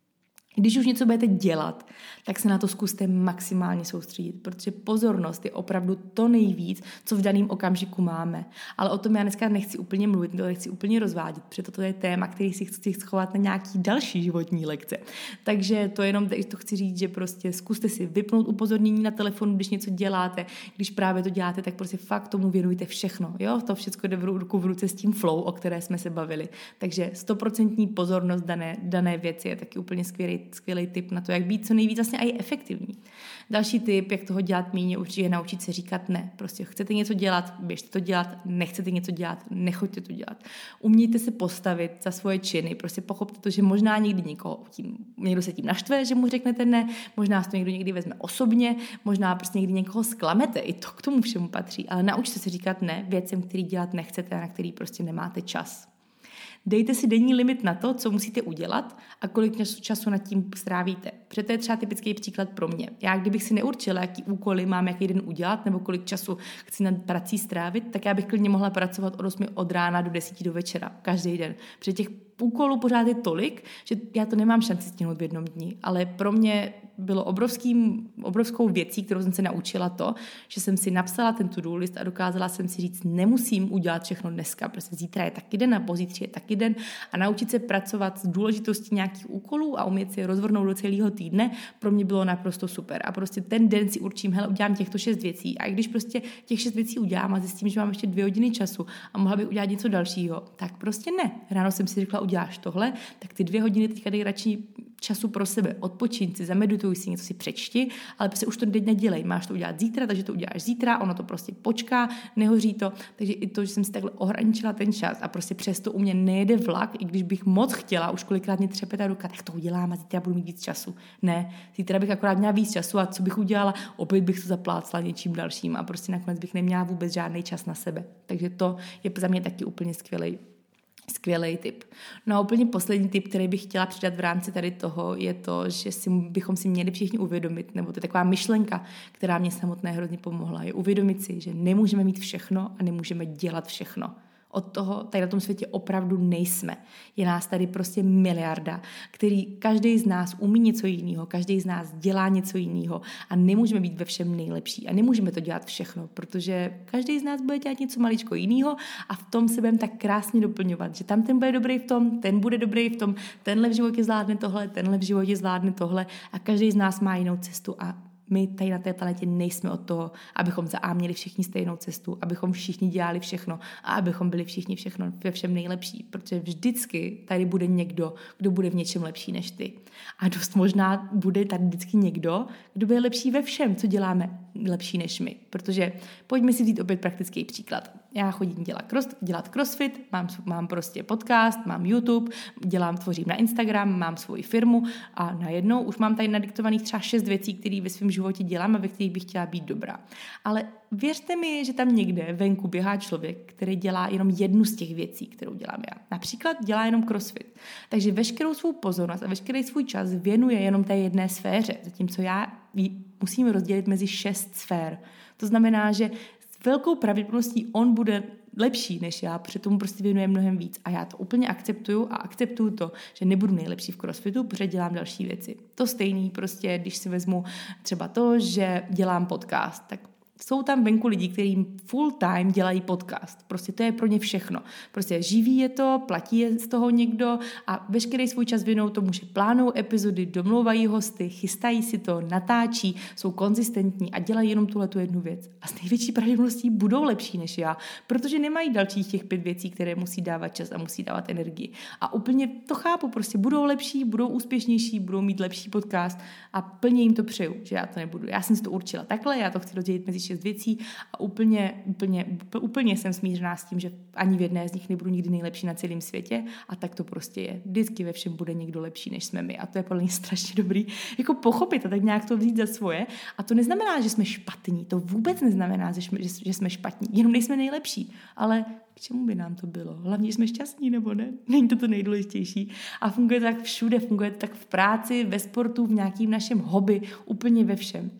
Když už něco budete dělat, tak se na to zkuste maximálně soustředit, protože pozornost je opravdu to nejvíc, co v daném okamžiku máme. Ale o tom já dneska nechci úplně mluvit, to nechci úplně rozvádět, protože toto je téma, který si chci schovat na nějaký další životní lekce. Takže to jenom to chci říct, že prostě zkuste si vypnout upozornění na telefonu, když něco děláte. Když právě to děláte, tak prostě fakt tomu věnujte všechno. Jo? To všechno jde v ruku v ruce s tím flow, o které jsme se bavili. Takže stoprocentní pozornost dané, dané věci je taky úplně skvělý skvělý tip na to, jak být co nejvíc vlastně i efektivní. Další tip, jak toho dělat méně, určitě je naučit se říkat ne. Prostě chcete něco dělat, běžte to dělat, nechcete něco dělat, nechoďte to dělat. Umějte se postavit za svoje činy, prostě pochopte to, že možná někdy někoho tím, někdo se tím naštve, že mu řeknete ne, možná to někdo někdy vezme osobně, možná prostě někdy někoho zklamete, i to k tomu všemu patří, ale naučte se říkat ne věcem, který dělat nechcete a na který prostě nemáte čas. Dejte si denní limit na to, co musíte udělat a kolik času nad tím strávíte. Protože to je třeba typický příklad pro mě. Já kdybych si neurčila, jaký úkoly mám jaký den udělat nebo kolik času chci nad prací strávit, tak já bych klidně mohla pracovat od osmi od rána do deseti do večera, každý den. Protože těch úkolů pořád je tolik, že já to nemám šanci stihnout v jednom dni. Ale pro mě bylo obrovským, obrovskou věcí, kterou jsem se naučila to, že jsem si napsala ten to-do list a dokázala jsem si říct, nemusím udělat všechno dneska, protože zítra je taky den a pozítří je taky den a naučit se pracovat s důležitostí nějakých úkolů a umět si je rozvrhnout do celého týdne, pro mě bylo naprosto super. A prostě ten den si určím, hele, udělám těchto šest věcí. A když prostě těch šest věcí udělám a zjistím, že mám ještě dvě hodiny času a mohla bych udělat něco dalšího, tak prostě ne. Ráno jsem si řekla, uděláš tohle, tak ty dvě hodiny teďka dej radši času pro sebe, odpočiň si, zamedituj si, něco si přečti, ale prostě už to teď nedělej, máš to udělat zítra, takže to uděláš zítra, ono to prostě počká, nehoří to, takže i to, že jsem si takhle ohraničila ten čas a prostě přesto u mě nejede vlak, i když bych moc chtěla, už kolikrát mě třepetá ruka, tak to udělám a zítra budu mít víc času. Ne, zítra bych akorát měla víc času a co bych udělala, opět bych to zaplácla něčím dalším a prostě nakonec bych neměla vůbec žádný čas na sebe. Takže to je za mě taky úplně skvělý Skvělý tip. No a úplně poslední tip, který bych chtěla přidat v rámci tady toho, je to, že si, bychom si měli všichni uvědomit, nebo to je taková myšlenka, která mě samotné hrozně pomohla, je uvědomit si, že nemůžeme mít všechno a nemůžeme dělat všechno. Od toho tady na tom světě opravdu nejsme. Je nás tady prostě miliarda, který každý z nás umí něco jiného, každý z nás dělá něco jiného a nemůžeme být ve všem nejlepší a nemůžeme to dělat všechno, protože každý z nás bude dělat něco maličko jiného a v tom se budeme tak krásně doplňovat, že tam ten bude dobrý v tom, ten bude dobrý v tom, tenhle v životě zvládne tohle, tenhle v životě zvládne tohle a každý z nás má jinou cestu a my tady na té planetě nejsme od toho, abychom za A měli všichni stejnou cestu, abychom všichni dělali všechno a abychom byli všichni všechno ve všem nejlepší, protože vždycky tady bude někdo, kdo bude v něčem lepší než ty. A dost možná bude tady vždycky někdo, kdo bude lepší ve všem, co děláme, lepší než my. Protože pojďme si vzít opět praktický příklad. Já chodím dělat, cross, dělat crossfit, mám, mám prostě podcast, mám YouTube, dělám, tvořím na Instagram, mám svoji firmu a najednou už mám tady nadiktovaných třeba šest věcí, které ve svém životě životě dělám a ve kterých bych chtěla být dobrá. Ale věřte mi, že tam někde venku běhá člověk, který dělá jenom jednu z těch věcí, kterou dělám já. Například dělá jenom crossfit. Takže veškerou svou pozornost a veškerý svůj čas věnuje jenom té jedné sféře, zatímco já musím rozdělit mezi šest sfér. To znamená, že s velkou pravděpodobností on bude lepší než já, protože tomu prostě věnuje mnohem víc. A já to úplně akceptuju a akceptuju to, že nebudu nejlepší v crossfitu, protože dělám další věci. To stejný prostě, když si vezmu třeba to, že dělám podcast, tak jsou tam venku lidi, kteří full time dělají podcast. Prostě to je pro ně všechno. Prostě živí je to, platí je z toho někdo a veškerý svůj čas věnou tomu, že plánují epizody, domlouvají hosty, chystají si to, natáčí, jsou konzistentní a dělají jenom tuhletu jednu věc. A s největší pravděpodobností budou lepší než já, protože nemají dalších těch pět věcí, které musí dávat čas a musí dávat energii. A úplně to chápu, prostě budou lepší, budou úspěšnější, budou mít lepší podcast a plně jim to přeju, že já to nebudu. Já jsem si to určila takhle, já to chci rozdělit mezi šest věcí a úplně, úplně, úplně jsem smířená s tím, že ani v jedné z nich nebudu nikdy nejlepší na celém světě a tak to prostě je. Vždycky ve všem bude někdo lepší, než jsme my a to je podle mě strašně dobrý jako pochopit a tak nějak to vzít za svoje a to neznamená, že jsme špatní, to vůbec neznamená, že jsme, že jsme špatní, jenom nejsme nejlepší, ale k čemu by nám to bylo? Hlavně, že jsme šťastní, nebo ne? Není to to nejdůležitější. A funguje to tak všude, funguje to tak v práci, ve sportu, v nějakým našem hobby, úplně ve všem.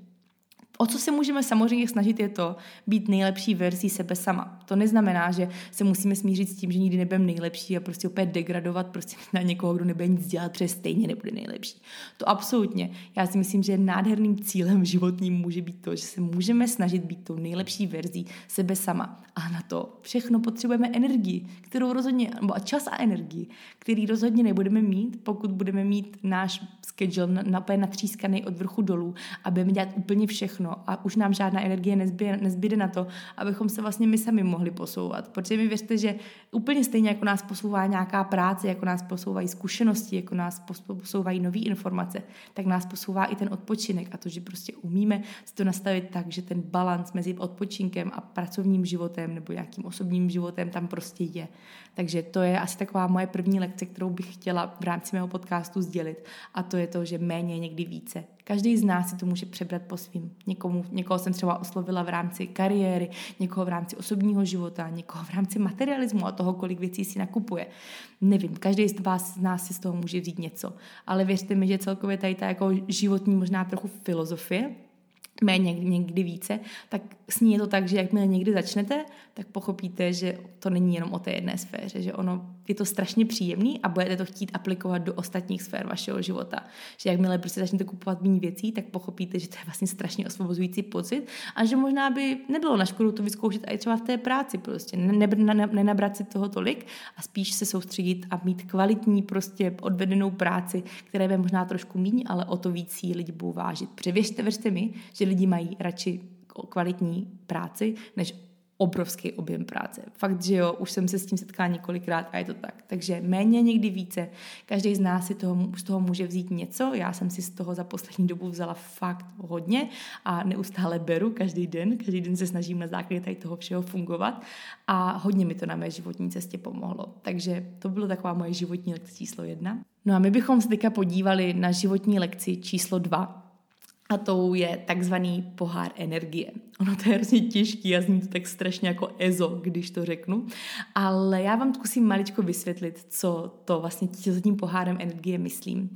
O co se můžeme samozřejmě snažit je to být nejlepší verzí sebe sama. To neznamená, že se musíme smířit s tím, že nikdy nebudeme nejlepší a prostě opět degradovat prostě na někoho, kdo nebude nic dělat, protože stejně nebude nejlepší. To absolutně. Já si myslím, že nádherným cílem životním může být to, že se můžeme snažit být tou nejlepší verzí sebe sama. A na to všechno potřebujeme energii, kterou rozhodně, nebo čas a energii, který rozhodně nebudeme mít, pokud budeme mít náš schedule napé natřískaný od vrchu dolů a budeme dělat úplně všechno a už nám žádná energie nezbyde, nezbyde na to, abychom se vlastně my sami mohli posouvat. Protože mi věřte, že úplně stejně jako nás posouvá nějaká práce, jako nás posouvají zkušenosti, jako nás posouvají nové informace, tak nás posouvá i ten odpočinek a to, že prostě umíme si to nastavit tak, že ten balans mezi odpočinkem a pracovním životem nebo nějakým osobním životem tam prostě je. Takže to je asi taková moje první lekce, kterou bych chtěla v rámci mého podcastu sdělit a to je to, že méně je někdy více. Každý z nás si to může přebrat po svým. Někomu, někoho jsem třeba oslovila v rámci kariéry, někoho v rámci osobního života, někoho v rámci materialismu a toho, kolik věcí si nakupuje. Nevím, každý z vás z nás si z toho může vzít něco. Ale věřte mi, že celkově tady ta jako životní možná trochu filozofie, méně někdy více, tak s ní je to tak, že jakmile někdy začnete, tak pochopíte, že to není jenom o té jedné sféře, že ono je to strašně příjemný a budete to chtít aplikovat do ostatních sfér vašeho života. Že jakmile prostě začnete kupovat méně věcí, tak pochopíte, že to je vlastně strašně osvobozující pocit a že možná by nebylo na škodu to vyzkoušet i třeba v té práci prostě. Nenabrat si toho tolik a spíš se soustředit a mít kvalitní prostě odvedenou práci, které by možná trošku méně, ale o to víc jí lidi budou vážit. Protože věřte, věřte mi, že lidi mají radši kvalitní práci, než obrovský objem práce. Fakt, že jo, už jsem se s tím setkala několikrát a je to tak. Takže méně, někdy více. Každý z nás si toho, z toho může vzít něco. Já jsem si z toho za poslední dobu vzala fakt hodně a neustále beru každý den. Každý den se snažím na základě tady toho všeho fungovat a hodně mi to na mé životní cestě pomohlo. Takže to bylo taková moje životní lekce číslo jedna. No a my bychom se teďka podívali na životní lekci číslo dva. A tou je takzvaný pohár energie. Ono to je hrozně těžký a zní to tak strašně jako ezo, když to řeknu. Ale já vám zkusím maličko vysvětlit, co to vlastně tím pohárem energie myslím.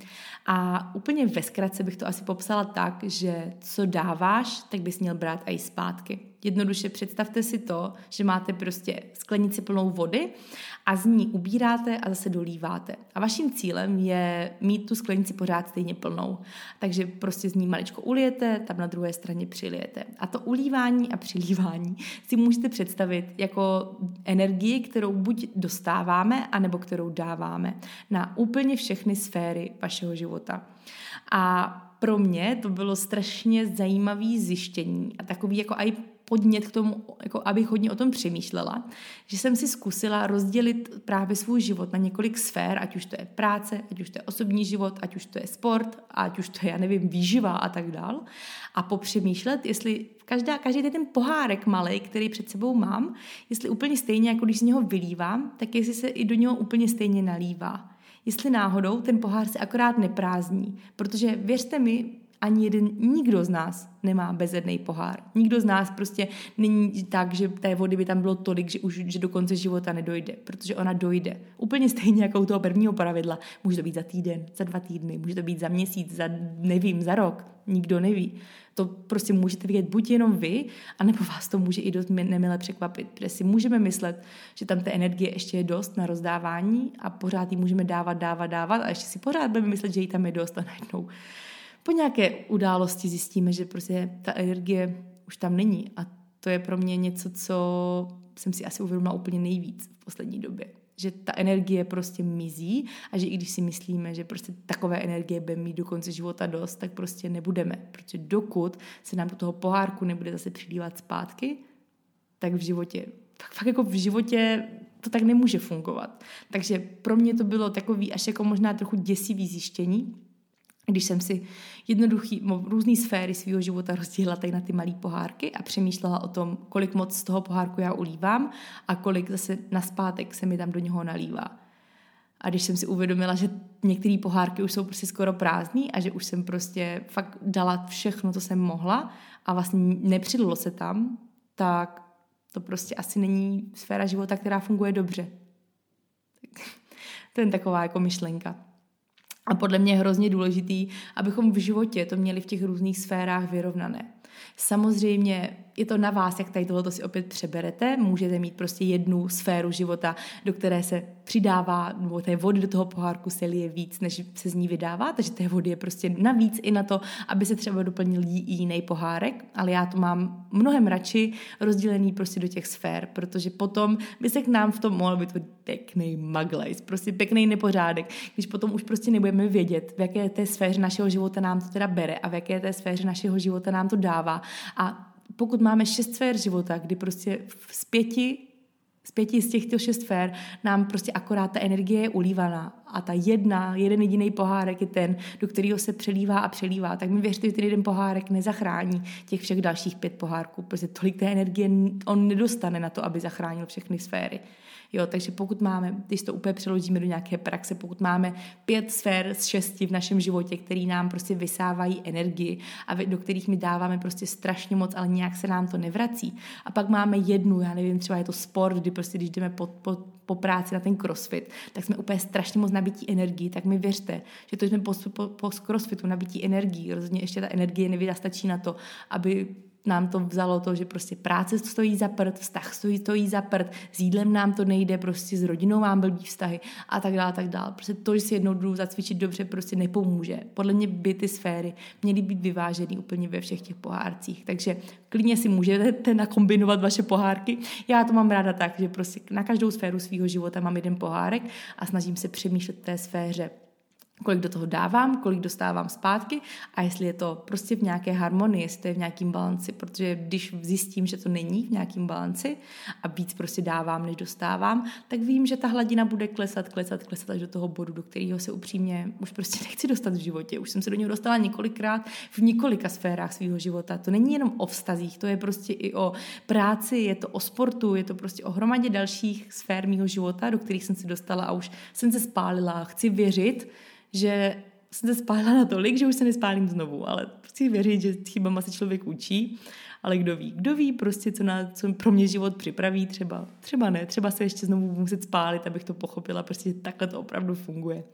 A úplně ve zkratce bych to asi popsala tak, že co dáváš, tak bys měl brát i zpátky. Jednoduše představte si to, že máte prostě sklenici plnou vody a z ní ubíráte a zase dolíváte. A vaším cílem je mít tu sklenici pořád stejně plnou. Takže prostě z ní maličko ulijete, tam na druhé straně přilijete. A to ulívání a přilívání si můžete představit jako energii, kterou buď dostáváme, anebo kterou dáváme na úplně všechny sféry vašeho života. A pro mě to bylo strašně zajímavé zjištění a takový jako aj podnět k tomu, jako abych hodně o tom přemýšlela, že jsem si zkusila rozdělit právě svůj život na několik sfér, ať už to je práce, ať už to je osobní život, ať už to je sport, ať už to je, já nevím, výživa a tak dál. A popřemýšlet, jestli každá, každý ten pohárek malej, který před sebou mám, jestli úplně stejně, jako když z něho vylívám, tak jestli se i do něho úplně stejně nalívá. Jestli náhodou ten pohár se akorát neprázdní, protože věřte mi, ani jeden, nikdo z nás nemá bezedný pohár. Nikdo z nás prostě není tak, že té vody by tam bylo tolik, že už že do konce života nedojde, protože ona dojde. Úplně stejně jako u toho prvního pravidla. Může to být za týden, za dva týdny, může to být za měsíc, za nevím, za rok. Nikdo neví. To prostě můžete vidět buď jenom vy, anebo vás to může i dost nemile překvapit, protože si můžeme myslet, že tam té energie ještě je dost na rozdávání a pořád ji můžeme dávat, dávat, dávat a ještě si pořád budeme myslet, že jí tam je dost a najednou po nějaké události zjistíme, že prostě ta energie už tam není a to je pro mě něco, co jsem si asi uvědomila úplně nejvíc v poslední době. Že ta energie prostě mizí a že i když si myslíme, že prostě takové energie budeme mít do konce života dost, tak prostě nebudeme. Protože dokud se nám do toho pohárku nebude zase přilívat zpátky, tak v životě, fakt, fakt jako v životě to tak nemůže fungovat. Takže pro mě to bylo takový až jako možná trochu děsivý zjištění, když jsem si jednoduchý, různý sféry svého života rozdělila tady na ty malé pohárky a přemýšlela o tom, kolik moc z toho pohárku já ulívám a kolik zase naspátek se mi tam do něho nalívá. A když jsem si uvědomila, že některé pohárky už jsou prostě skoro prázdný a že už jsem prostě fakt dala všechno, co jsem mohla a vlastně nepřidalo se tam, tak to prostě asi není sféra života, která funguje dobře. To je taková jako myšlenka. A podle mě je hrozně důležitý, abychom v životě to měli v těch různých sférách vyrovnané. Samozřejmě je to na vás, jak tady tohleto si opět přeberete. Můžete mít prostě jednu sféru života, do které se přidává, nebo té vody do toho pohárku se lije víc, než se z ní vydává, takže té vody je prostě navíc i na to, aby se třeba doplnil i jiný pohárek, ale já to mám mnohem radši rozdělený prostě do těch sfér, protože potom by se k nám v tom mohl být pěkný maglajs, prostě pěkný nepořádek, když potom už prostě nebudeme vědět, v jaké té sféře našeho života nám to teda bere a v jaké té sféře našeho života nám to dává. A pokud máme šest sfér života, kdy prostě z pěti, z pěti z těchto šest sfér nám prostě akorát ta energie je ulívaná a ta jedna, jeden jediný pohárek je ten, do kterého se přelívá a přelívá, tak mi věřte, že ten jeden pohárek nezachrání těch všech dalších pět pohárků, protože tolik té energie on nedostane na to, aby zachránil všechny sféry. Jo, takže pokud máme, když to úplně přeložíme do nějaké praxe, pokud máme pět sfér z šesti v našem životě, který nám prostě vysávají energii a do kterých my dáváme prostě strašně moc, ale nějak se nám to nevrací. A pak máme jednu, já nevím, třeba je to sport, kdy prostě když jdeme po, po, po práci na ten crossfit, tak jsme úplně strašně moc nabití energii, tak mi věřte, že to jsme po, po, po crossfitu nabití energii, rozhodně ještě ta energie nevystačí na to, aby nám to vzalo to, že prostě práce stojí za prd, vztah stojí, stojí za prd, s jídlem nám to nejde, prostě s rodinou mám blbý vztahy a tak dále, tak dále. Prostě to, že si jednou jdu zacvičit dobře, prostě nepomůže. Podle mě by ty sféry měly být vyvážený úplně ve všech těch pohárcích. Takže klidně si můžete nakombinovat vaše pohárky. Já to mám ráda tak, že prostě na každou sféru svého života mám jeden pohárek a snažím se přemýšlet v té sféře, kolik do toho dávám, kolik dostávám zpátky a jestli je to prostě v nějaké harmonii, jestli to je v nějakém balanci, protože když zjistím, že to není v nějakém balanci a víc prostě dávám, než dostávám, tak vím, že ta hladina bude klesat, klesat, klesat až do toho bodu, do kterého se upřímně už prostě nechci dostat v životě. Už jsem se do něho dostala několikrát v několika sférách svého života. To není jenom o vztazích, to je prostě i o práci, je to o sportu, je to prostě o hromadě dalších sfér mého života, do kterých jsem se dostala a už jsem se spálila. Chci věřit, že jsem se spálila natolik, že už se nespálím znovu, ale chci věřit, že chybama se člověk učí, ale kdo ví, kdo ví prostě, co, na, co pro mě život připraví, třeba, třeba ne, třeba se ještě znovu muset spálit, abych to pochopila, prostě takhle to opravdu funguje.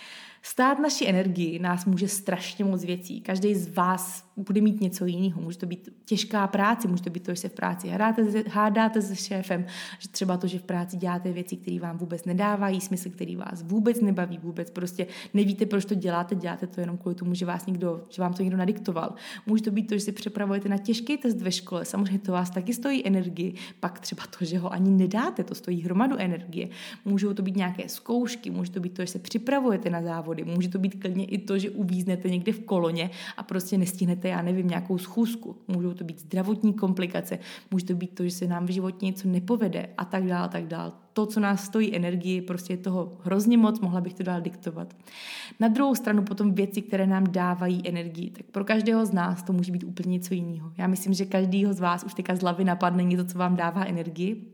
Stát naší energii nás může strašně moc věcí. Každý z vás bude mít něco jiného. Může to být těžká práce, může to být to, že se v práci hádáte, hádáte se šéfem, že třeba to, že v práci děláte věci, které vám vůbec nedávají smysl, který vás vůbec nebaví, vůbec prostě nevíte, proč to děláte, děláte to jenom kvůli tomu, že, vás někdo, že vám to někdo nadiktoval. Může to být to, že si připravujete na těžký test ve škole, samozřejmě to vás taky stojí energii, pak třeba to, že ho ani nedáte, to stojí hromadu energie. Můžou to být nějaké zkoušky, může to být to, že se připravujete na závod. Může to být klidně i to, že uvíznete někde v koloně a prostě nestihnete, já nevím, nějakou schůzku. Můžou to být zdravotní komplikace, může to být to, že se nám v životě něco nepovede a tak dál, tak dál. To, co nás stojí energii, prostě je toho hrozně moc, mohla bych to dál diktovat. Na druhou stranu potom věci, které nám dávají energii, tak pro každého z nás to může být úplně něco jiného. Já myslím, že každýho z vás už teďka z hlavy napadne něco, co vám dává energii.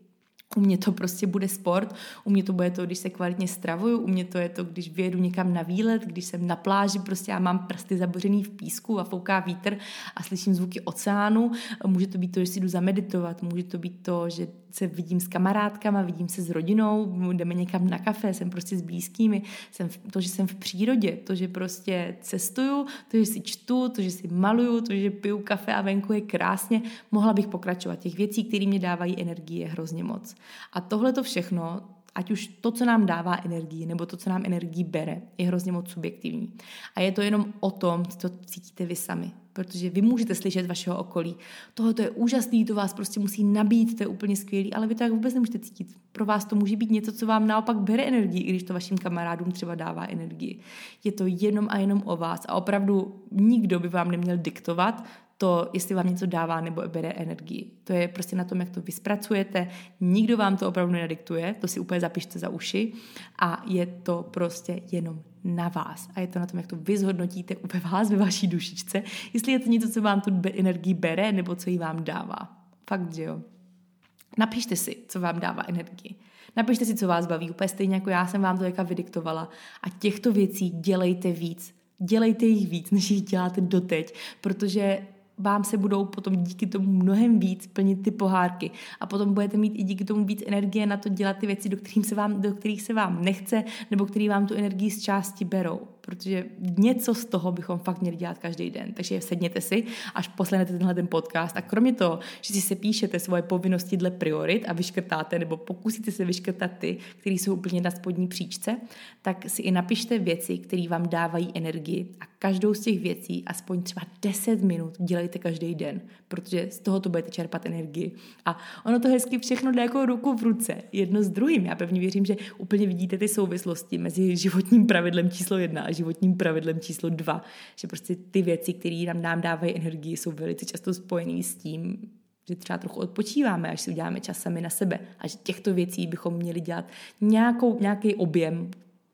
U mě to prostě bude sport, u mě to bude to, když se kvalitně stravuju, u mě to je to, když vyjedu někam na výlet, když jsem na pláži, prostě já mám prsty zabořený v písku a fouká vítr a slyším zvuky oceánu. Může to být to, že si jdu zameditovat, může to být to, že se vidím s kamarádkama, vidím se s rodinou, jdeme někam na kafe, jsem prostě s blízkými, jsem v, to, že jsem v přírodě, to, že prostě cestuju, to, že si čtu, to, že si maluju, to, že piju kafe a venku je krásně, mohla bych pokračovat. Těch věcí, které mě dávají energii, je hrozně moc. A tohle to všechno, ať už to, co nám dává energii, nebo to, co nám energii bere, je hrozně moc subjektivní. A je to jenom o tom, co cítíte vy sami. Protože vy můžete slyšet z vašeho okolí. Tohle to je úžasný, to vás prostě musí nabít, to je úplně skvělý, ale vy to tak vůbec nemůžete cítit. Pro vás to může být něco, co vám naopak bere energii, i když to vašim kamarádům třeba dává energii. Je to jenom a jenom o vás a opravdu nikdo by vám neměl diktovat to, jestli vám něco dává nebo bere energii. To je prostě na tom, jak to vyspracujete. Nikdo vám to opravdu nediktuje, to si úplně zapište za uši a je to prostě jenom na vás. A je to na tom, jak to vy zhodnotíte ve vás, ve vaší dušičce, jestli je to něco, co vám tu energii bere nebo co jí vám dává. Fakt, že jo. Napište si, co vám dává energii. Napište si, co vás baví, úplně stejně jako já jsem vám to jaka vydiktovala. A těchto věcí dělejte víc. Dělejte jich víc, než jich děláte doteď, protože vám se budou potom díky tomu mnohem víc plnit ty pohárky a potom budete mít i díky tomu víc energie na to dělat ty věci, do kterých se vám, do kterých se vám nechce nebo který vám tu energii z části berou. Protože něco z toho bychom fakt měli dělat každý den. Takže sedněte si, až poslechnete tenhle ten podcast a kromě toho, že si se píšete svoje povinnosti dle priorit a vyškrtáte nebo pokusíte se vyškrtat ty, které jsou úplně na spodní příčce, tak si i napište věci, které vám dávají energii a každou z těch věcí aspoň třeba deset minut dělejte každý den, protože z toho to budete čerpat energii. A ono to hezky všechno jde jako ruku v ruce, jedno s druhým. Já pevně věřím, že úplně vidíte ty souvislosti mezi životním pravidlem číslo jedna a životním pravidlem číslo dva, že prostě ty věci, které nám, nám dávají energii, jsou velice často spojené s tím, že třeba trochu odpočíváme, až si uděláme čas sami na sebe a že těchto věcí bychom měli dělat nějakou, nějaký objem,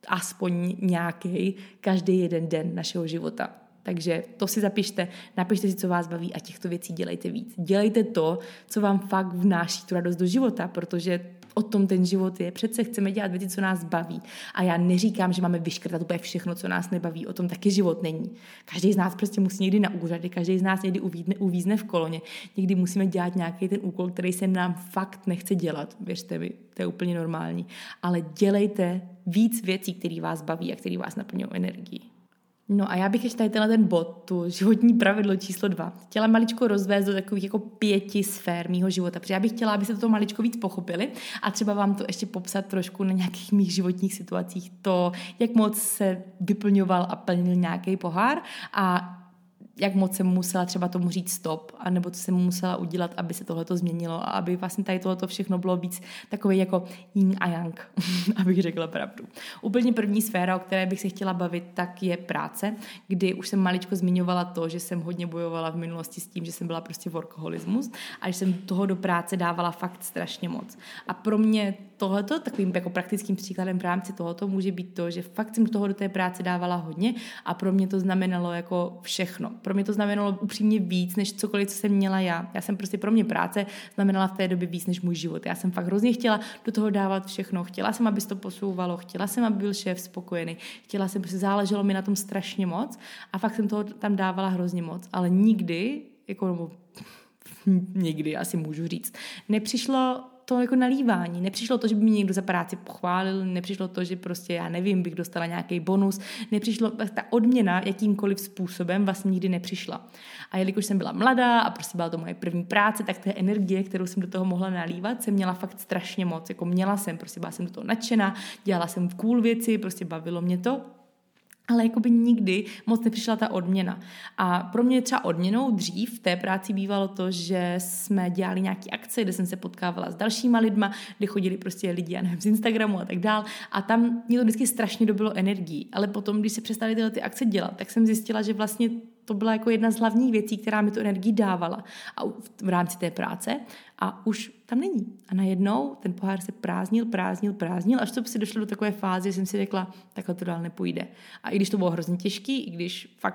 aspoň nějaký, každý jeden den našeho života. Takže to si zapište, napište si, co vás baví a těchto věcí dělejte víc. Dělejte to, co vám fakt vnáší tu radost do života, protože o tom ten život je. Přece chceme dělat věci, co nás baví. A já neříkám, že máme vyškrtat úplně všechno, co nás nebaví. O tom taky život není. Každý z nás prostě musí někdy na úřady, každý z nás někdy uvízne, uvízne v koloně. Někdy musíme dělat nějaký ten úkol, který se nám fakt nechce dělat. Věřte mi, to je úplně normální. Ale dělejte víc věcí, které vás baví a které vás naplňují energií. No a já bych ještě tady tenhle ten bod, tu životní pravidlo číslo dva, chtěla maličko rozvést do takových jako pěti sfér mýho života, protože já bych chtěla, abyste to maličko víc pochopili a třeba vám to ještě popsat trošku na nějakých mých životních situacích, to, jak moc se vyplňoval a plnil nějaký pohár a jak moc jsem musela třeba tomu říct stop, anebo co jsem musela udělat, aby se tohleto změnilo a aby vlastně tady tohleto všechno bylo víc takový jako yin a yang, abych řekla pravdu. Úplně první sféra, o které bych se chtěla bavit, tak je práce, kdy už jsem maličko zmiňovala to, že jsem hodně bojovala v minulosti s tím, že jsem byla prostě workoholismus a že jsem toho do práce dávala fakt strašně moc. A pro mě tohleto, takovým jako praktickým příkladem v rámci tohoto může být to, že fakt jsem toho do té práce dávala hodně a pro mě to znamenalo jako všechno. Pro mě to znamenalo upřímně víc, než cokoliv, co jsem měla já. Já jsem prostě pro mě práce znamenala v té době víc než můj život. Já jsem fakt hrozně chtěla do toho dávat všechno. Chtěla jsem, aby se to posouvalo, chtěla jsem, aby byl šéf spokojený, chtěla jsem, prostě záleželo mi na tom strašně moc a fakt jsem toho tam dávala hrozně moc. Ale nikdy, jako nebo, nikdy asi můžu říct, nepřišlo to jako nalívání. Nepřišlo to, že by mi někdo za práci pochválil, nepřišlo to, že prostě, já nevím, bych dostala nějaký bonus, nepřišlo, ta odměna jakýmkoliv způsobem vlastně nikdy nepřišla. A jelikož jsem byla mladá a prostě byla to moje první práce, tak té energie, kterou jsem do toho mohla nalívat, jsem měla fakt strašně moc. Jako měla jsem, prostě byla jsem do toho nadšená, dělala jsem cool věci, prostě bavilo mě to. Ale jakoby nikdy moc nepřišla ta odměna. A pro mě třeba odměnou dřív v té práci bývalo to, že jsme dělali nějaké akce, kde jsem se potkávala s dalšíma lidma, kde chodili prostě lidi, já nevím, z Instagramu a tak dál. A tam mě to vždycky strašně dobilo energii. Ale potom, když se přestaly tyhle ty akce dělat, tak jsem zjistila, že vlastně to byla jako jedna z hlavních věcí, která mi tu energii dávala a v rámci té práce a už tam není. A najednou ten pohár se prázdnil, prázdnil, prázdnil, až to si došlo do takové fáze, že jsem si řekla, takhle to dál nepůjde. A i když to bylo hrozně těžký, i když fakt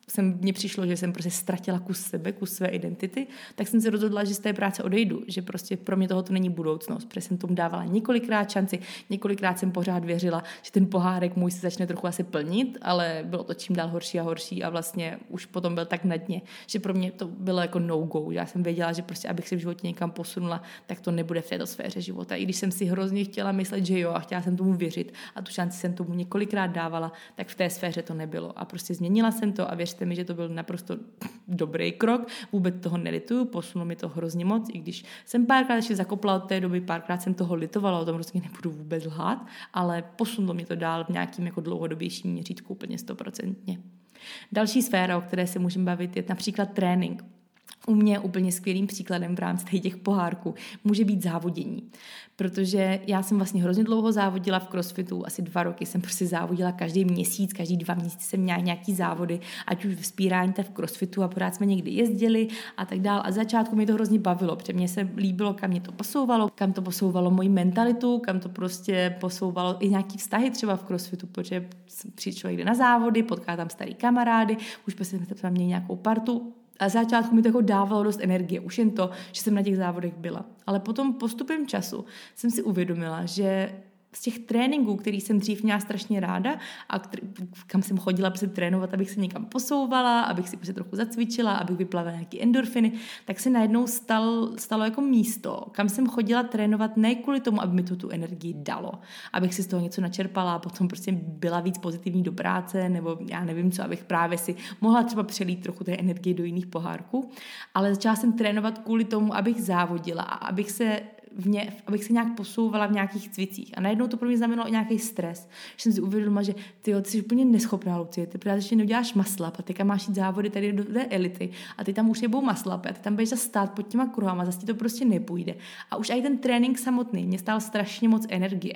jsem, mně přišlo, že jsem prostě ztratila kus sebe, kus své identity, tak jsem se rozhodla, že z té práce odejdu, že prostě pro mě tohoto není budoucnost, protože jsem tomu dávala několikrát šanci, několikrát jsem pořád věřila, že ten pohárek můj se začne trochu asi plnit, ale bylo to čím dál horší a horší a vlastně už potom byl tak na dně, že pro mě to bylo jako no-go. Já jsem věděla, že prostě abych se v životě někam posunula, tak to nebude v této sféře života. I když jsem si hrozně chtěla myslet, že jo, a chtěla jsem tomu věřit a tu šanci jsem tomu několikrát dávala, tak v té sféře to nebylo. A prostě změnila jsem to a věřte mi, že to byl naprosto dobrý krok. Vůbec toho nelituju, posunulo mi to hrozně moc, i když jsem párkrát ještě zakopla od té doby, párkrát jsem toho litovala, o tom prostě nebudu vůbec lhát, ale posunulo mě to dál v nějakým jako dlouhodobějším měřítku úplně stoprocentně. Další sféra, o které se můžeme bavit, je například trénink. U mě úplně skvělým příkladem v rámci těch pohárků může být závodění. Protože já jsem vlastně hrozně dlouho závodila v crossfitu, asi dva roky jsem prostě závodila každý měsíc, každý dva měsíce jsem měla nějaký závody, ať už v vzpírání, tak v crossfitu a pořád jsme někdy jezdili a tak dál. A začátku mě to hrozně bavilo, protože mě se líbilo, kam mě to posouvalo, kam to posouvalo moji mentalitu, kam to prostě posouvalo i nějaký vztahy třeba v crossfitu, protože přijde člověk jde na závody, potká tam starý kamarády, už prostě jsme tam měli nějakou partu. A začátku mi to jako dávalo dost energie, už jen to, že jsem na těch závodech byla. Ale potom postupem času jsem si uvědomila, že z těch tréninků, který jsem dřív měla strašně ráda a kam jsem chodila prostě trénovat, abych se někam posouvala, abych si prostě trochu zacvičila, abych vyplavila nějaké endorfiny, tak se najednou stal, stalo jako místo, kam jsem chodila trénovat ne kvůli tomu, aby mi to tu energii dalo, abych si z toho něco načerpala a potom prostě byla víc pozitivní do práce, nebo já nevím co, abych právě si mohla třeba přelít trochu té energie do jiných pohárků, ale začala jsem trénovat kvůli tomu, abych závodila a abych se v ně, abych se nějak posouvala v nějakých cvicích. A najednou to pro mě znamenalo nějaký stres. Že jsem si uvědomila, že ty, jo, ty jsi úplně neschopná, Lucie, ty právě ještě neuděláš maslap a teďka máš jít závody tady do té elity a ty tam už nebudou maslapy a ty tam budeš zase stát pod těma kruhama, zase ti to prostě nepůjde. A už i ten trénink samotný mě stál strašně moc energie.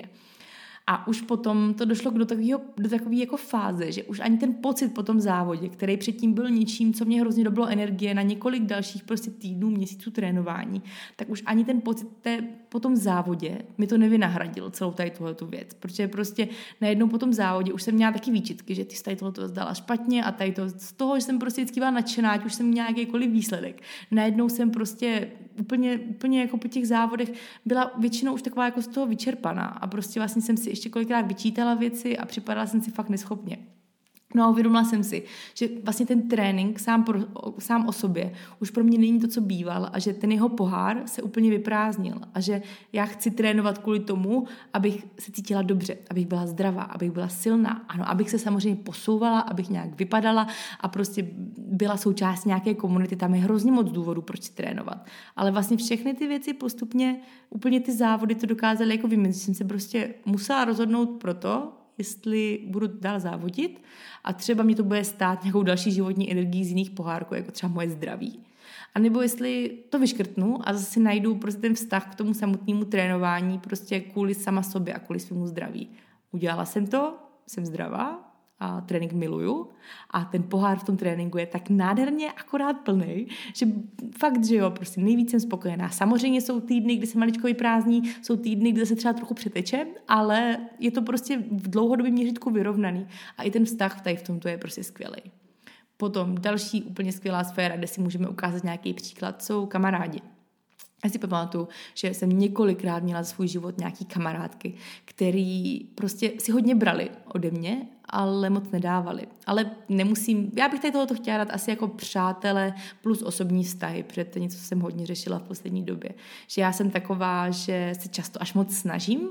A už potom to došlo do takového, do takové jako fáze, že už ani ten pocit po tom závodě, který předtím byl ničím, co mě hrozně dobilo energie na několik dalších prostě týdnů, měsíců trénování, tak už ani ten pocit té, po tom závodě mi to nevynahradil celou tady tuhletu věc, protože prostě najednou po tom závodě už jsem měla taky výčitky, že ty jsi tady tohleto zdala špatně a tady to z toho, že jsem prostě vždycky byla nadšená, ať už jsem měla jakýkoliv výsledek. Najednou jsem prostě úplně, úplně jako po těch závodech byla většinou už taková jako z toho vyčerpaná a prostě vlastně jsem si ještě kolikrát vyčítala věci a připadala jsem si fakt neschopně. No a uvědomila jsem si, že vlastně ten trénink sám, pro, sám o sobě už pro mě není to, co býval a že ten jeho pohár se úplně vyprázdnil a že já chci trénovat kvůli tomu, abych se cítila dobře, abych byla zdravá, abych byla silná, ano, abych se samozřejmě posouvala, abych nějak vypadala a prostě byla součást nějaké komunity. Tam je hrozně moc důvodů, proč si trénovat. Ale vlastně všechny ty věci postupně, úplně ty závody to dokázaly jako vymyslet. Jsem se prostě musela rozhodnout pro to, jestli budu dál závodit a třeba mě to bude stát nějakou další životní energii z jiných pohárků, jako třeba moje zdraví. A nebo jestli to vyškrtnu a zase najdu prostě ten vztah k tomu samotnému trénování prostě kvůli sama sobě a kvůli svému zdraví. Udělala jsem to, jsem zdravá a trénink miluju a ten pohár v tom tréninku je tak nádherně akorát plný, že fakt, že jo, prostě nejvíc jsem spokojená. Samozřejmě jsou týdny, kdy se maličko vyprázdní, jsou týdny, kdy se třeba trochu přeteče, ale je to prostě v dlouhodobém měřítku vyrovnaný a i ten vztah tady v tomto je prostě skvělý. Potom další úplně skvělá sféra, kde si můžeme ukázat nějaký příklad, jsou kamarádi. Já si pamatuju, že jsem několikrát měla za svůj život nějaký kamarádky, který prostě si hodně brali ode mě, ale moc nedávali. Ale nemusím, já bych tady tohoto chtěla dát asi jako přátelé plus osobní vztahy, protože to je něco, co jsem hodně řešila v poslední době. Že já jsem taková, že se často až moc snažím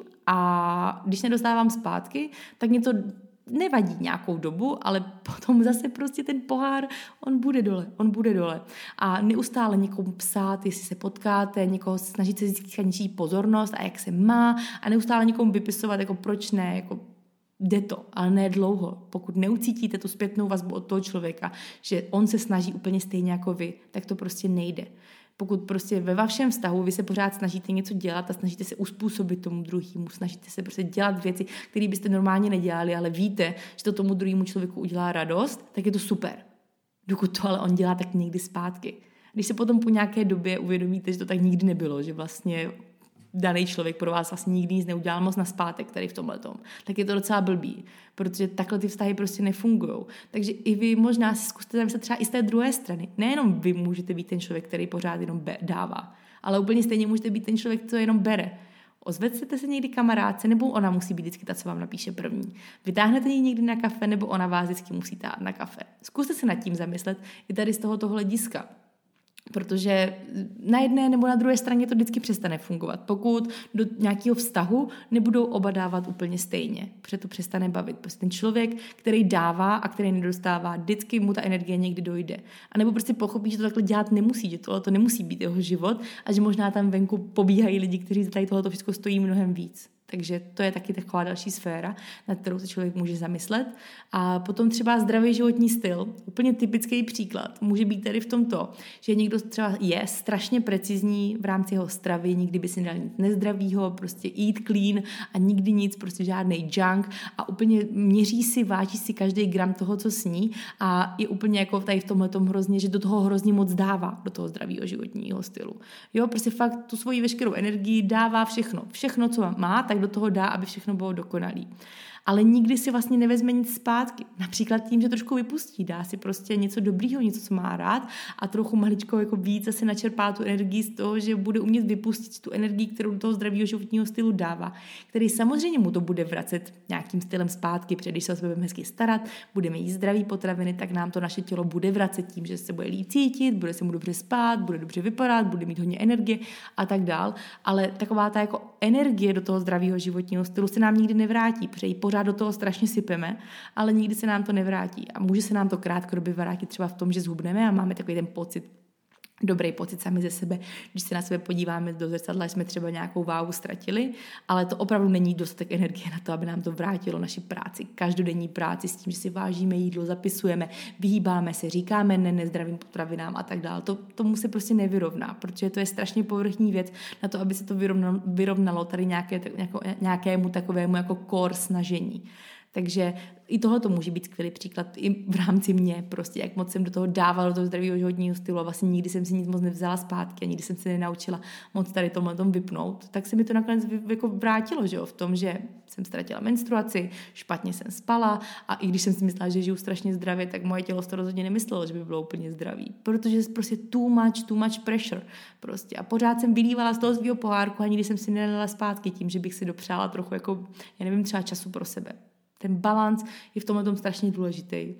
a když nedostávám zpátky, tak mě to nevadí nějakou dobu, ale potom zase prostě ten pohár, on bude dole, on bude dole. A neustále někomu psát, jestli se potkáte, někoho snažit se získat něčí pozornost a jak se má a neustále někomu vypisovat, jako proč ne, jako jde to, ale ne dlouho. Pokud neucítíte tu zpětnou vazbu od toho člověka, že on se snaží úplně stejně jako vy, tak to prostě nejde. Pokud prostě ve vašem vztahu vy se pořád snažíte něco dělat a snažíte se uspůsobit tomu druhému, snažíte se prostě dělat věci, které byste normálně nedělali, ale víte, že to tomu druhému člověku udělá radost, tak je to super. Dokud to ale on dělá tak někdy zpátky. Když se potom po nějaké době uvědomíte, že to tak nikdy nebylo, že vlastně daný člověk pro vás vlastně nikdy nic neudělal moc naspátek tady v tomhletom, tak je to docela blbý, protože takhle ty vztahy prostě nefungují. Takže i vy možná si zkuste zamyslet třeba i z té druhé strany. Nejenom vy můžete být ten člověk, který pořád jenom be- dává, ale úplně stejně můžete být ten člověk, co jenom bere. Ozvěte se někdy kamarádce, nebo ona musí být vždycky ta, co vám napíše první. Vytáhnete ji někdy na kafe, nebo ona vás vždycky musí tát na kafe. Zkuste se nad tím zamyslet i tady z tohoto hlediska. Protože na jedné nebo na druhé straně to vždycky přestane fungovat. Pokud do nějakého vztahu nebudou oba dávat úplně stejně, protože to přestane bavit. Prostě ten člověk, který dává a který nedostává, vždycky mu ta energie někdy dojde. A nebo prostě pochopí, že to takhle dělat nemusí, že tohle to nemusí být jeho život a že možná tam venku pobíhají lidi, kteří za tady tohoto všechno stojí mnohem víc. Takže to je taky taková další sféra, nad kterou se člověk může zamyslet. A potom třeba zdravý životní styl, úplně typický příklad, může být tady v tomto, že někdo třeba je strašně precizní v rámci jeho stravy, nikdy by si nedal nic nezdravýho, prostě eat clean a nikdy nic, prostě žádnej junk a úplně měří si, váží si každý gram toho, co sní a je úplně jako tady v tomhletom hrozně, že do toho hrozně moc dává, do toho zdravého životního stylu. Jo, prostě fakt tu svoji veškerou energii dává všechno. Všechno, co má, tak do toho dá, aby všechno bylo dokonalý. Ale nikdy si vlastně nevezme nic zpátky. Například tím, že trošku vypustí, dá si prostě něco dobrýho, něco, co má rád a trochu maličko jako víc zase načerpá tu energii z toho, že bude umět vypustit tu energii, kterou do toho zdravého životního stylu dává, který samozřejmě mu to bude vracet nějakým stylem zpátky, protože když se o sebe budeme hezky starat, budeme jíst zdravý potraviny, tak nám to naše tělo bude vracet tím, že se bude líp cítit, bude se mu dobře spát, bude dobře vypadat, bude mít hodně energie a tak dál. Ale taková ta jako energie do toho zdravého životního stylu se nám nikdy nevrátí, protože ji pořád do toho strašně sypeme, ale nikdy se nám to nevrátí. A může se nám to krátkodobě vrátit třeba v tom, že zhubneme a máme takový ten pocit, dobrý pocit sami ze sebe, když se na sebe podíváme do zrcadla, jsme třeba nějakou váhu ztratili, ale to opravdu není dostatek energie na to, aby nám to vrátilo naši práci, každodenní práci s tím, že si vážíme jídlo, zapisujeme, vyhýbáme se, říkáme ne nezdravým potravinám a tak dále. To, tomu se prostě nevyrovná, protože to je strašně povrchní věc na to, aby se to vyrovnalo, vyrovnalo tady nějaké, nějako, nějakému takovému jako core snažení. Takže i tohle to může být skvělý příklad i v rámci mě, prostě jak moc jsem do toho dávala, do toho zdravého životního stylu a vlastně nikdy jsem si nic moc nevzala zpátky a nikdy jsem se nenaučila moc tady tomhle tom vypnout, tak se mi to nakonec jako vrátilo, že jo, v tom, že jsem ztratila menstruaci, špatně jsem spala a i když jsem si myslela, že žiju strašně zdravě, tak moje tělo to rozhodně nemyslelo, že by bylo úplně zdravý, protože je prostě too much, too much pressure prostě a pořád jsem vylívala z toho svého pohárku a nikdy jsem si nedala zpátky tím, že bych si dopřála trochu jako, já nevím, třeba času pro sebe. Ten balanc je v tomhle tom strašně důležitý.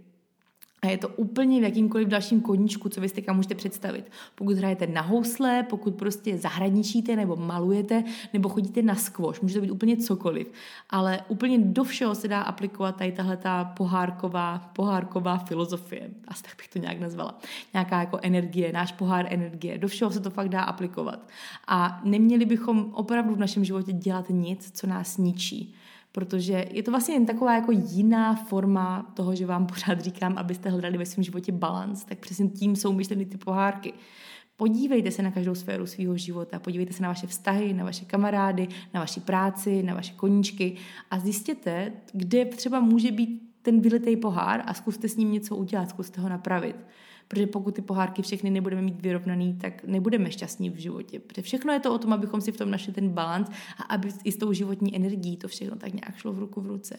A je to úplně v jakýmkoliv dalším koníčku, co vy si teďka můžete představit. Pokud hrajete na housle, pokud prostě zahradničíte nebo malujete, nebo chodíte na squash, může to být úplně cokoliv. Ale úplně do všeho se dá aplikovat tady tahleta pohárková, pohárková filozofie. Asi tak bych to nějak nazvala. Nějaká jako energie, náš pohár energie. Do všeho se to fakt dá aplikovat. A neměli bychom opravdu v našem životě dělat nic, co nás ničí. Protože je to vlastně jen taková jako jiná forma toho, že vám pořád říkám, abyste hledali ve svém životě balans, tak přesně tím jsou myšleny ty pohárky. Podívejte se na každou sféru svého života, podívejte se na vaše vztahy, na vaše kamarády, na vaši práci, na vaše koníčky a zjistěte, kde třeba může být ten vylitej pohár a zkuste s ním něco udělat, zkuste ho napravit. Protože pokud ty pohárky všechny nebudeme mít vyrovnaný, tak nebudeme šťastní v životě. Protože všechno je to o tom, abychom si v tom našli ten balans a aby i s tou životní energií to všechno tak nějak šlo v ruku v ruce.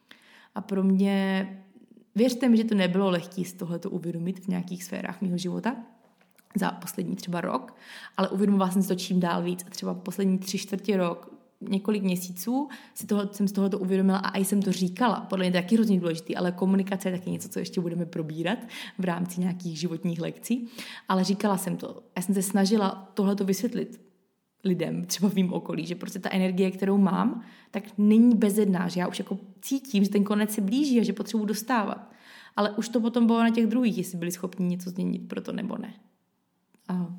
A pro mě, věřte mi, že to nebylo lehké z tohleto uvědomit v nějakých sférách mého života za poslední třeba rok, ale uvědomovala jsem si to čím dál víc a třeba poslední tři čtvrtě rok, několik měsíců si toho, jsem z tohoto uvědomila a i jsem to říkala. Podle mě to je taky hrozně důležitý, ale komunikace je taky něco, co ještě budeme probírat v rámci nějakých životních lekcí. Ale říkala jsem to. Já jsem se snažila tohleto vysvětlit lidem, třeba v mým okolí, že prostě ta energie, kterou mám, tak není bezedná, že já už jako cítím, že ten konec se blíží a že potřebuji dostávat. Ale už to potom bylo na těch druhých, jestli byli schopni něco změnit pro to nebo ne. Aha.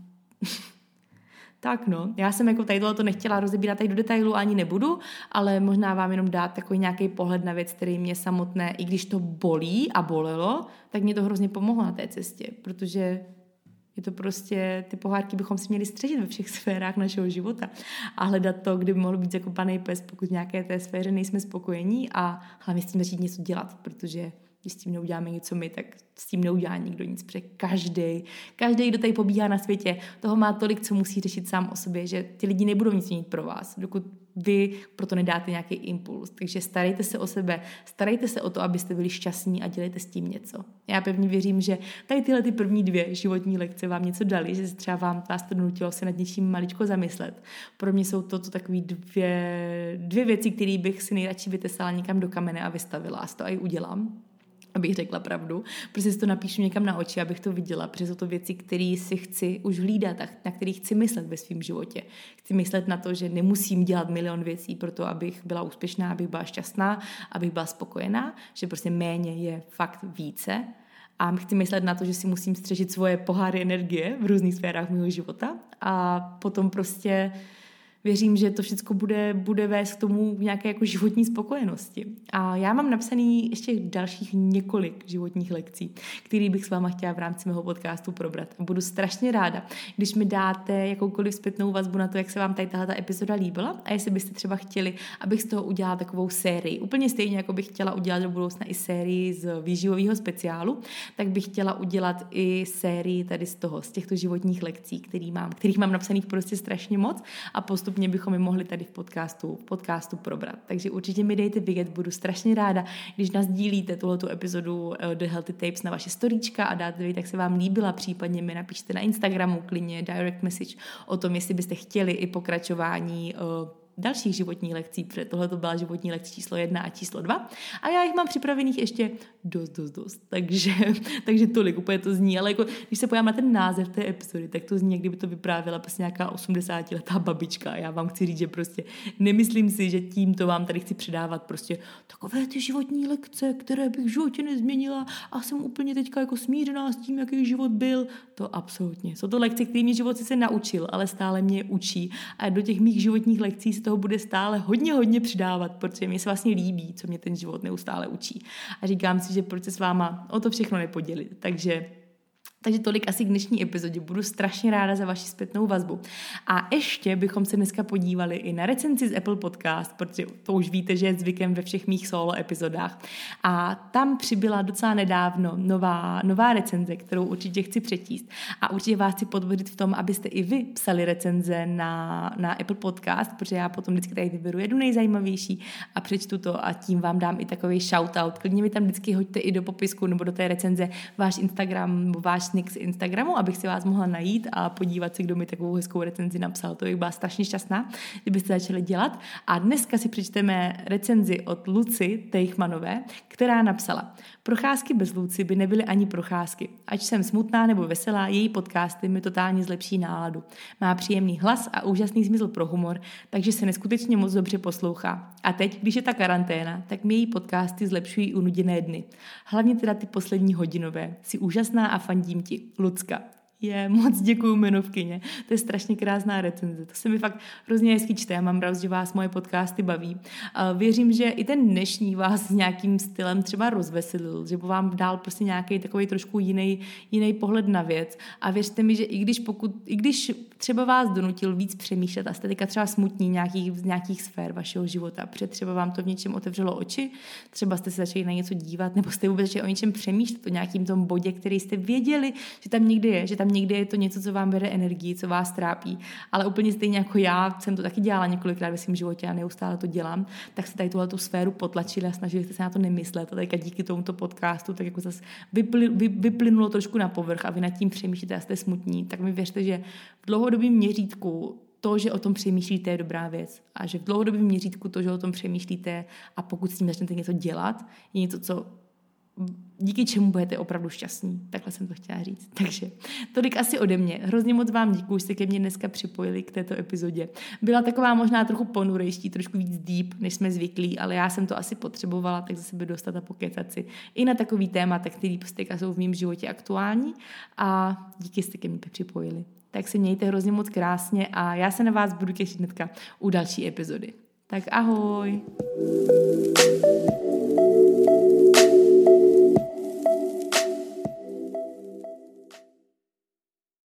Tak no, já jsem jako tady to nechtěla rozebírat tady do detailu, ani nebudu, ale možná vám jenom dát takový nějaký pohled na věc, který mě samotné, i když to bolí a bolelo, tak mě to hrozně pomohlo na té cestě, protože je to prostě, ty pohárky bychom si měli střežit ve všech sférách našeho života a hledat to, kde by mohl být zakopaný pes, pokud v nějaké té sféře nejsme spokojení a hlavně s tím začít něco dělat, protože Když s tím neuděláme něco my, tak s tím neudělá nikdo nic, protože každý, každý, kdo tady pobíhá na světě, toho má tolik, co musí řešit sám o sobě, že ty lidi nebudou nic měnit pro vás, dokud vy proto nedáte nějaký impuls. Takže starejte se o sebe, starejte se o to, abyste byli šťastní a dělejte s tím něco. Já pevně věřím, že tady tyhle ty první dvě životní lekce vám něco dali, že třeba vám vás to donutilo se nad něčím maličko zamyslet. Pro mě jsou to, to takové dvě, dvě věci, které bych si nejradši vytesala někam do kamene a vystavila a to i udělám. Abych řekla pravdu, protože si to napíšu někam na oči, abych to viděla, protože jsou to věci, které si chci už hlídat a na které chci myslet ve svém životě. Chci myslet na to, že nemusím dělat milion věcí pro to, abych byla úspěšná, abych byla šťastná, abych byla spokojená, že prostě méně je fakt více. A chci myslet na to, že si musím střežit svoje poháry energie v různých sférách mého života a potom prostě věřím, že to všechno bude, bude vést k tomu nějaké jako životní spokojenosti. A já mám napsaný ještě dalších několik životních lekcí, které bych s váma chtěla v rámci mého podcastu probrat. A budu strašně ráda, když mi dáte jakoukoliv zpětnou vazbu na to, jak se vám tady tahle epizoda líbila a jestli byste třeba chtěli, abych z toho udělala takovou sérii. Úplně stejně, jako bych chtěla udělat do budoucna i sérii z výživového speciálu, tak bych chtěla udělat i sérii tady z toho, z těchto životních lekcí, který mám, kterých mám napsaných prostě strašně moc a postupně bychom je mohli tady v podcastu, v podcastu probrat. Takže určitě mi dejte vědět, budu strašně ráda, když nasdílíte tuhletu epizodu The Healthy Tapes na vaše storíčka a dáte vědět, jak se vám líbila, případně mi napište na Instagramu klidně direct message o tom, jestli byste chtěli i pokračování uh, dalších životních lekcí, protože tohle to byla životní lekce číslo jedna a číslo dva a já jich mám připravených ještě dost, dost, dost. Takže, takže tolik, úplně to zní, ale jako, když se podívám na ten název té epizody, tak to zní, jak kdyby to vyprávěla prostě nějaká osmdesátiletá babička a já vám chci říct, že prostě nemyslím si, že tímto vám tady chci předávat prostě takové ty životní lekce, které bych v životě nezměnila a jsem úplně teďka jako smířená s tím, jaký život byl. To absolutně. Jsou to lekce, které mě život sice naučil, ale stále mě učí a do těch mých životních lekcí se toho bude stále hodně, hodně přidávat, protože mi se vlastně líbí, co mě ten život neustále učí. A říkám si, že proč se s váma o to všechno nepodělit. Takže Takže tolik asi k dnešní epizodě. Budu strašně ráda za vaši zpětnou vazbu. A ještě bychom se dneska podívali i na recenzi z Apple Podcast, protože to už víte, že je zvykem ve všech mých solo epizodách. A tam přibyla docela nedávno nová, nová recenze, kterou určitě chci přečíst. A určitě vás chci podpořit v tom, abyste i vy psali recenze na, na Apple Podcast, protože já potom vždycky tady vyberu jednu nejzajímavější a přečtu to a tím vám dám i takový shoutout. Klidně mi tam vždycky hoďte i do popisku nebo do té recenze váš Instagram nebo váš z Instagramu, abych si vás mohla najít a podívat si, kdo mi takovou hezkou recenzi napsal. To bych byla strašně šťastná, kdybyste začali dělat. A dneska si přečteme recenzi od Luci Tejchmanové, která napsala: procházky bez Luci by nebyly ani procházky. Ať jsem smutná nebo veselá, její podcasty mi totálně zlepší náladu. Má příjemný hlas a úžasný smysl pro humor, takže se neskutečně moc dobře poslouchá. A teď, když je ta karanténa, tak mi její podcasty zlepšují unuděné dny. Hlavně teda ty poslední hodinové. Jsi úžasná a fandím ti. Lucka. Je, moc děkuju jmenovkyně. To je strašně krásná recenze. To se mi fakt hrozně hezky čte. Já mám rád, že vás moje podcasty baví. Věřím, že i ten dnešní vás s nějakým stylem třeba rozveselil, že vám dal prostě nějaký takový trošku jiný, jiný pohled na věc. A věřte mi, že i když, pokud, i když třeba vás donutil víc přemýšlet a jste teďka třeba smutní nějakých, z nějakých sfér vašeho života, protože třeba vám to v něčem otevřelo oči, třeba jste se začali na něco dívat, nebo jste vůbec začali o něčem přemýšlet, o nějakým tom bodě, který jste věděli, že tam někde je, že tam někde je to něco, co vám bere energii, co vás trápí, ale úplně stejně jako já jsem to taky dělala několikrát ve svém životě a neustále to dělám, tak se tady tuhletu sféru potlačili a snažili jste se na to nemyslet a teďka díky tomuto podcastu tak jako zase vyply, vy, vyplynulo trošku na povrch a vy nad tím přemýšlíte a jste smutní, tak mi věřte, že v dlouhodobém měřítku to, že o tom přemýšlíte, je dobrá věc a že v dlouhodobém měřítku to, že o tom přemýšlíte a pokud s tím začnete něco dělat, je něco, co díky čemu budete opravdu šťastní. Takhle jsem to chtěla říct. Takže tolik asi ode mě. Hrozně moc vám děkuji, že jste ke mně dneska připojili k této epizodě. Byla taková možná trochu ponurejší, trošku víc deep, než jsme zvyklí, ale já jsem to asi potřebovala, tak za sebe dostat a pokecat si i na takový témata, který prostě jsou v mém životě aktuální a díky jste ke mně připojili. Tak se mějte hrozně moc krásně a já se na vás budu těšit hnedka u další epizody. Tak ahoj!